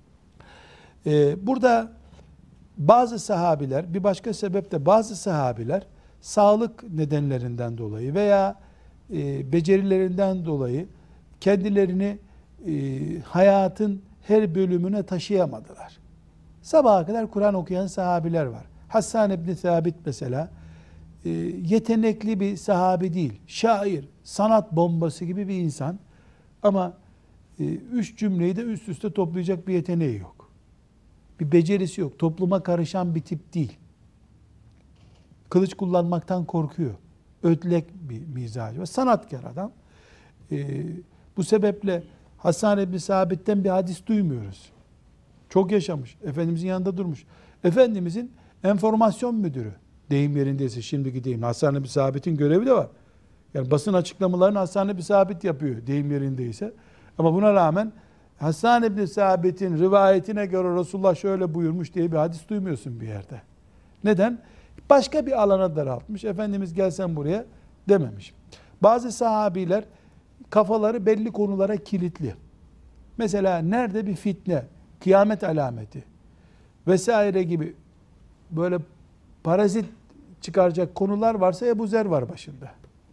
Burada bazı sahabiler, bir başka sebep de bazı sahabiler sağlık nedenlerinden dolayı veya becerilerinden dolayı kendilerini hayatın her bölümüne taşıyamadılar. Sabaha kadar Kur'an okuyan sahabiler var. Hassan ibn Sabit mesela yetenekli bir sahabi değil. Şair, sanat bombası gibi bir insan. Ama 3 cümleyi de üst üste toplayacak bir yeteneği yok. Bir becerisi yok. Topluma karışan bir tip değil. Kılıç kullanmaktan korkuyor. Ödlek bir mizacı var. Sanatkar adam. Bu sebeple Hasan ibn Sabit'ten bir hadis duymuyoruz. Çok yaşamış. Efendimizin yanında durmuş. Efendimizin enformasyon müdürü. Deyim yerindeyse şimdiki deyim. Hasan ibn Sabit'in görevi de var. Yani basın açıklamalarını Hasan ibn Sabit yapıyor deyim yerindeyse. Ama buna rağmen Hasan ibn Sabit'in rivayetine göre Resulullah şöyle buyurmuş diye bir hadis duymuyorsun bir yerde. Neden? Başka bir alana daraltmış. Efendimiz gelsen buraya dememiş. Bazı sahabiler kafaları belli konulara kilitli. Mesela nerede bir fitne, kıyamet alameti vesaire gibi böyle parazit çıkaracak konular varsa Ebu Zer var başında.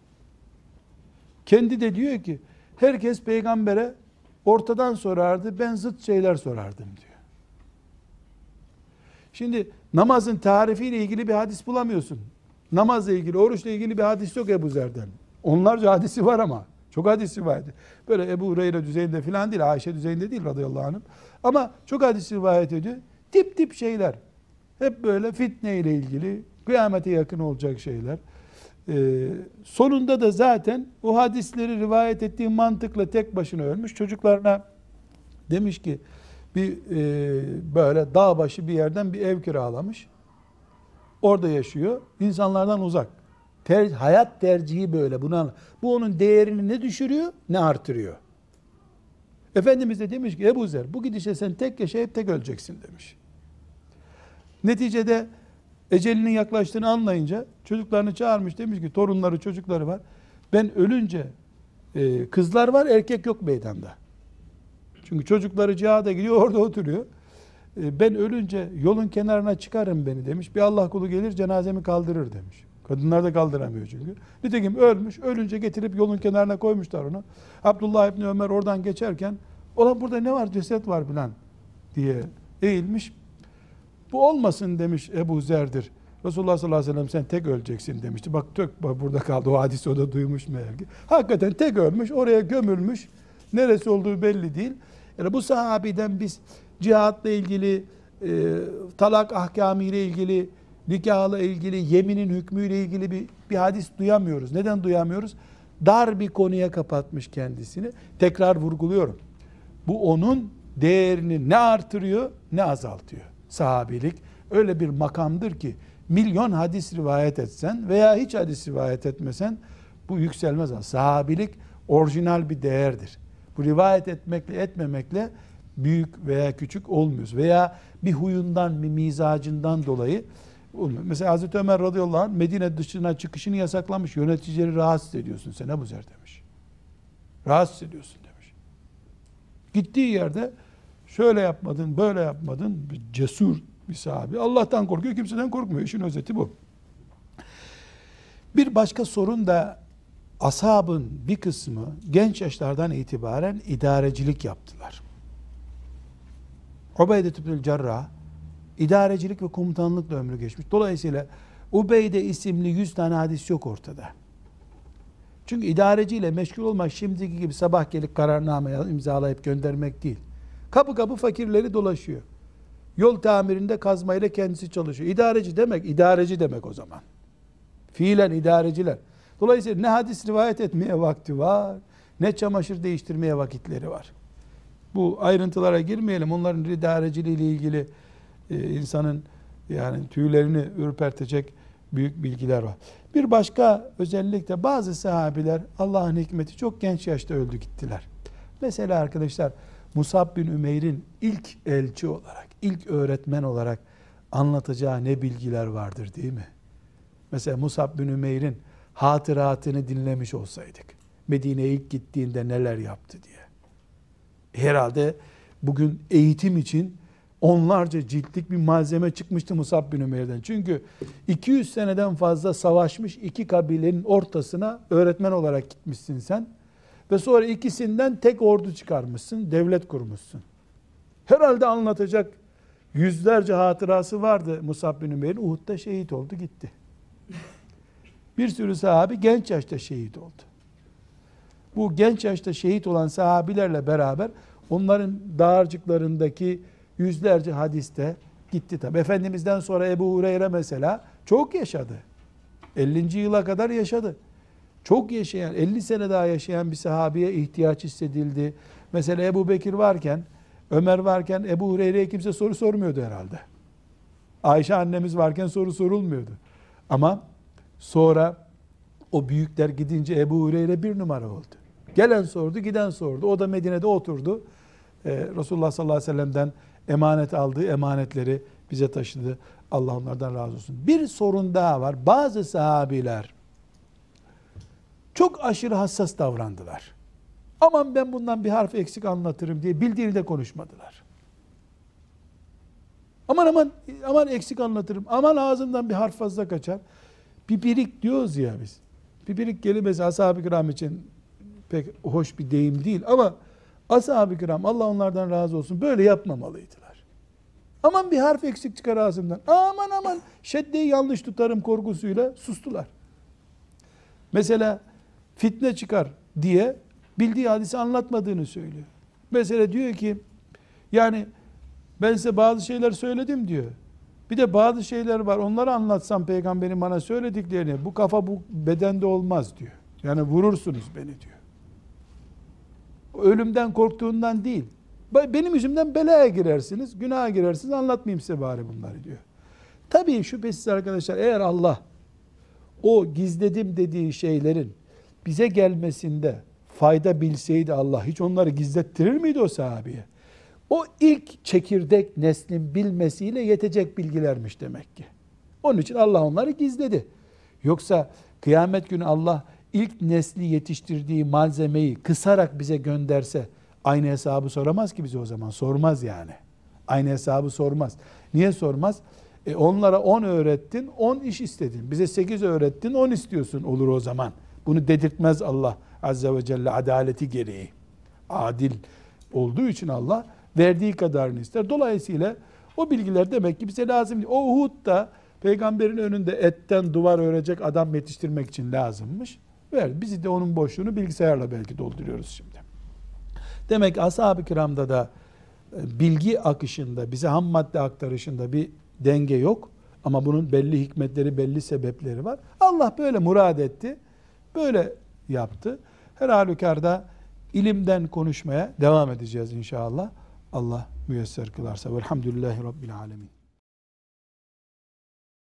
Kendi de diyor ki herkes peygambere ortadan sorardı, ben zıt şeyler sorardım diyor. Şimdi namazın tarifiyle ilgili bir hadis bulamıyorsun. Namazla ilgili, oruçla ilgili bir hadis yok Ebu Zer'den. Onlarca hadisi var ama. Çok hadisi vardı. Böyle Ebu Hureyre düzeyinde falan değil, Ayşe düzeyinde değil radıyallahu anh. Ama çok hadis rivayet ediyor. Tip tip şeyler. Hep böyle fitne ile ilgili, kıyamete yakın olacak şeyler. Sonunda da zaten o hadisleri rivayet ettiği mantıkla tek başına ölmüş. Çocuklarına demiş ki bir böyle dağ başı bir yerden bir ev kiralamış. Orada yaşıyor. İnsanlardan uzak. Hayat tercihi böyle. Bu onun değerini ne düşürüyor ne artırıyor. Efendimiz de demiş ki Ebu Zer bu gidişe sen tek yaşayıp tek öleceksin demiş. Neticede ecelinin yaklaştığını anlayınca çocuklarını çağırmış, demiş ki torunları çocukları var. Ben ölünce kızlar var, erkek yok meydanda. Çünkü çocukları cihada gidiyor, orada oturuyor. Ben ölünce yolun kenarına çıkarın beni demiş. Bir Allah kulu gelir cenazemi kaldırır demiş. Kadınlar da kaldıramıyor çünkü. Nitekim ölmüş, ölünce getirip yolun kenarına koymuşlar onu. Abdullah İbni Ömer oradan geçerken "Ulan burada ne var, ceset var" filan diye eğilmiş. Bu olmasın demiş Ebu Zer'dir. Resulullah sallallahu aleyhi ve sellem sen tek öleceksin demişti. Bak burada kaldı, o hadisi o da duymuş meğer ki. Hakikaten tek ölmüş, oraya gömülmüş. Neresi olduğu belli değil. Yani bu sahabiden biz cihatla ilgili, talak ahkamı ile ilgili, nikahla ilgili, yeminin hükmüyle ilgili bir hadis duyamıyoruz. Neden duyamıyoruz? Dar bir konuya kapatmış kendisini. Tekrar vurguluyorum. Bu onun değerini ne artırıyor ne azaltıyor. Sahabilik öyle bir makamdır ki milyon hadis rivayet etsen veya hiç hadis rivayet etmesen bu yükselmez. Sahabilik orijinal bir değerdir. Bu rivayet etmekle etmemekle büyük veya küçük olmuyoruz. Veya bir huyundan, bir mizacından dolayı olmuyor. Mesela Hazreti Ömer radıyallahu anh Medine dışına çıkışını yasaklamış. Yöneticileri rahatsız ediyorsun sen Ebu Zer demiş. Rahatsız ediyorsun demiş. Gittiği yerde şöyle yapmadın, böyle yapmadın. Cesur bir sahabi. Allah'tan korkuyor, kimseden korkmuyor. İşin özeti bu. Bir başka sorun da ashabın bir kısmı genç yaşlardan itibaren idarecilik yaptılar. Ubeyde ibnül Cerrah idarecilik ve komutanlıkla ömrü geçmiş. Dolayısıyla Ubeyde isimli 100 tane hadis yok ortada. Çünkü idareciyle meşgul olmak şimdiki gibi sabah gelip kararname imzalayıp göndermek değil. Kapı kapı fakirleri dolaşıyor. Yol tamirinde kazmayla kendisi çalışıyor. İdareci demek, idareci demek o zaman. Fiilen idareciler. Dolayısıyla ne hadis rivayet etmeye vakti var, ne çamaşır değiştirmeye vakitleri var. Bu ayrıntılara girmeyelim. Onların idareciliği ile ilgili insanın yani tüylerini ürpertecek büyük bilgiler var. Bir başka özellik de bazı sahabiler Allah'ın hikmeti çok genç yaşta öldü gittiler. Mesela arkadaşlar Musab bin Ümeyr'in ilk elçi olarak, ilk öğretmen olarak anlatacağı ne bilgiler vardır değil mi? Mesela Musab bin Ümeyr'in hatıratını dinlemiş olsaydık, Medine'ye ilk gittiğinde neler yaptı diye. Herhalde bugün eğitim için onlarca ciltlik bir malzeme çıkmıştı Musab bin Ümeyr'den. Çünkü 200 seneden fazla savaşmış iki kabilenin ortasına öğretmen olarak gitmişsin sen. Ve sonra ikisinden tek ordu çıkarmışsın, devlet kurmuşsun. Herhalde anlatacak yüzlerce hatırası vardı Musab bin Ümeyr'in. Uhud'da şehit oldu gitti. Bir sürü sahabi genç yaşta şehit oldu. Bu genç yaşta şehit olan sahabilerle beraber onların dağarcıklarındaki yüzlerce hadiste gitti tabi. Efendimiz'den sonra Ebu Hureyre mesela çok yaşadı. 50. yıla kadar yaşadı. Çok yaşayan, 50 sene daha yaşayan bir sahabiye ihtiyaç hissedildi. Mesela Ebu Bekir varken, Ömer varken Ebu Hureyre'ye kimse soru sormuyordu herhalde. Ayşe annemiz varken soru sorulmuyordu. Ama sonra o büyükler gidince Ebu Hureyre bir numara oldu. Gelen sordu, giden sordu. O da Medine'de oturdu. Resulullah sallallahu aleyhi ve sellem'den emanet aldığı emanetleri bize taşıdı. Allah onlardan razı olsun. Bir sorun daha var. Bazı sahabiler çok aşırı hassas davrandılar. Aman ben bundan bir harf eksik anlatırım diye bildiğini de konuşmadılar. Aman eksik anlatırım. Aman ağzımdan bir harf fazla kaçar. Pipirik diyoruz ya biz. Pipirik kelimesi ashab-ı kiram için pek hoş bir deyim değil ama ashab-ı kiram Allah onlardan razı olsun böyle yapmamalıydılar. Aman bir harf eksik çıkar ağzımdan. Aman şeddeyi yanlış tutarım korkusuyla sustular. Mesela fitne çıkar diye bildiği hadisi anlatmadığını söylüyor. Mesela diyor ki yani ben size bazı şeyler söyledim diyor. Bir de bazı şeyler var onları anlatsam peygamberin bana söylediklerini bu kafa bu bedende olmaz diyor. Yani vurursunuz beni diyor. Ölümden korktuğundan değil. Benim yüzümden belaya girersiniz, günaha girersiniz anlatmayayım size bari bunları diyor. Tabii şüphesiz arkadaşlar eğer Allah o gizledim dediği şeylerin bize gelmesinde fayda bilseydi Allah hiç onları gizlettirir miydi o sahabeye? O ilk çekirdek neslin bilmesiyle yetecek bilgilermiş demek ki. Onun için Allah onları gizledi. Yoksa kıyamet günü Allah ilk nesli yetiştirdiği malzemeyi kısarak bize gönderse aynı hesabı soramaz ki bize o zaman. Sormaz yani. Aynı hesabı sormaz. Niye sormaz? Onlara 10 öğrettin, 10 iş istedin. Bize 8 öğrettin, 10 istiyorsun olur o zaman. Bunu dedirtmez Allah Azze ve Celle adaleti gereği. Adil olduğu için Allah verdiği kadarını ister. Dolayısıyla o bilgiler demek ki bize lazım değil. O Uhud'da peygamberin önünde etten duvar örecek adam yetiştirmek için lazımmış. Bizi de onun boşluğunu bilgisayarla belki dolduruyoruz şimdi. Demek ki ashab-ı kiramda da bilgi akışında, bize ham madde aktarışında bir denge yok. Ama bunun belli hikmetleri, belli sebepleri var. Allah böyle murad etti. Böyle yaptı. Her halükarda ilimden konuşmaya devam edeceğiz inşallah. Allah müyesser kılarsa. Velhamdülillahi Rabbil alemin.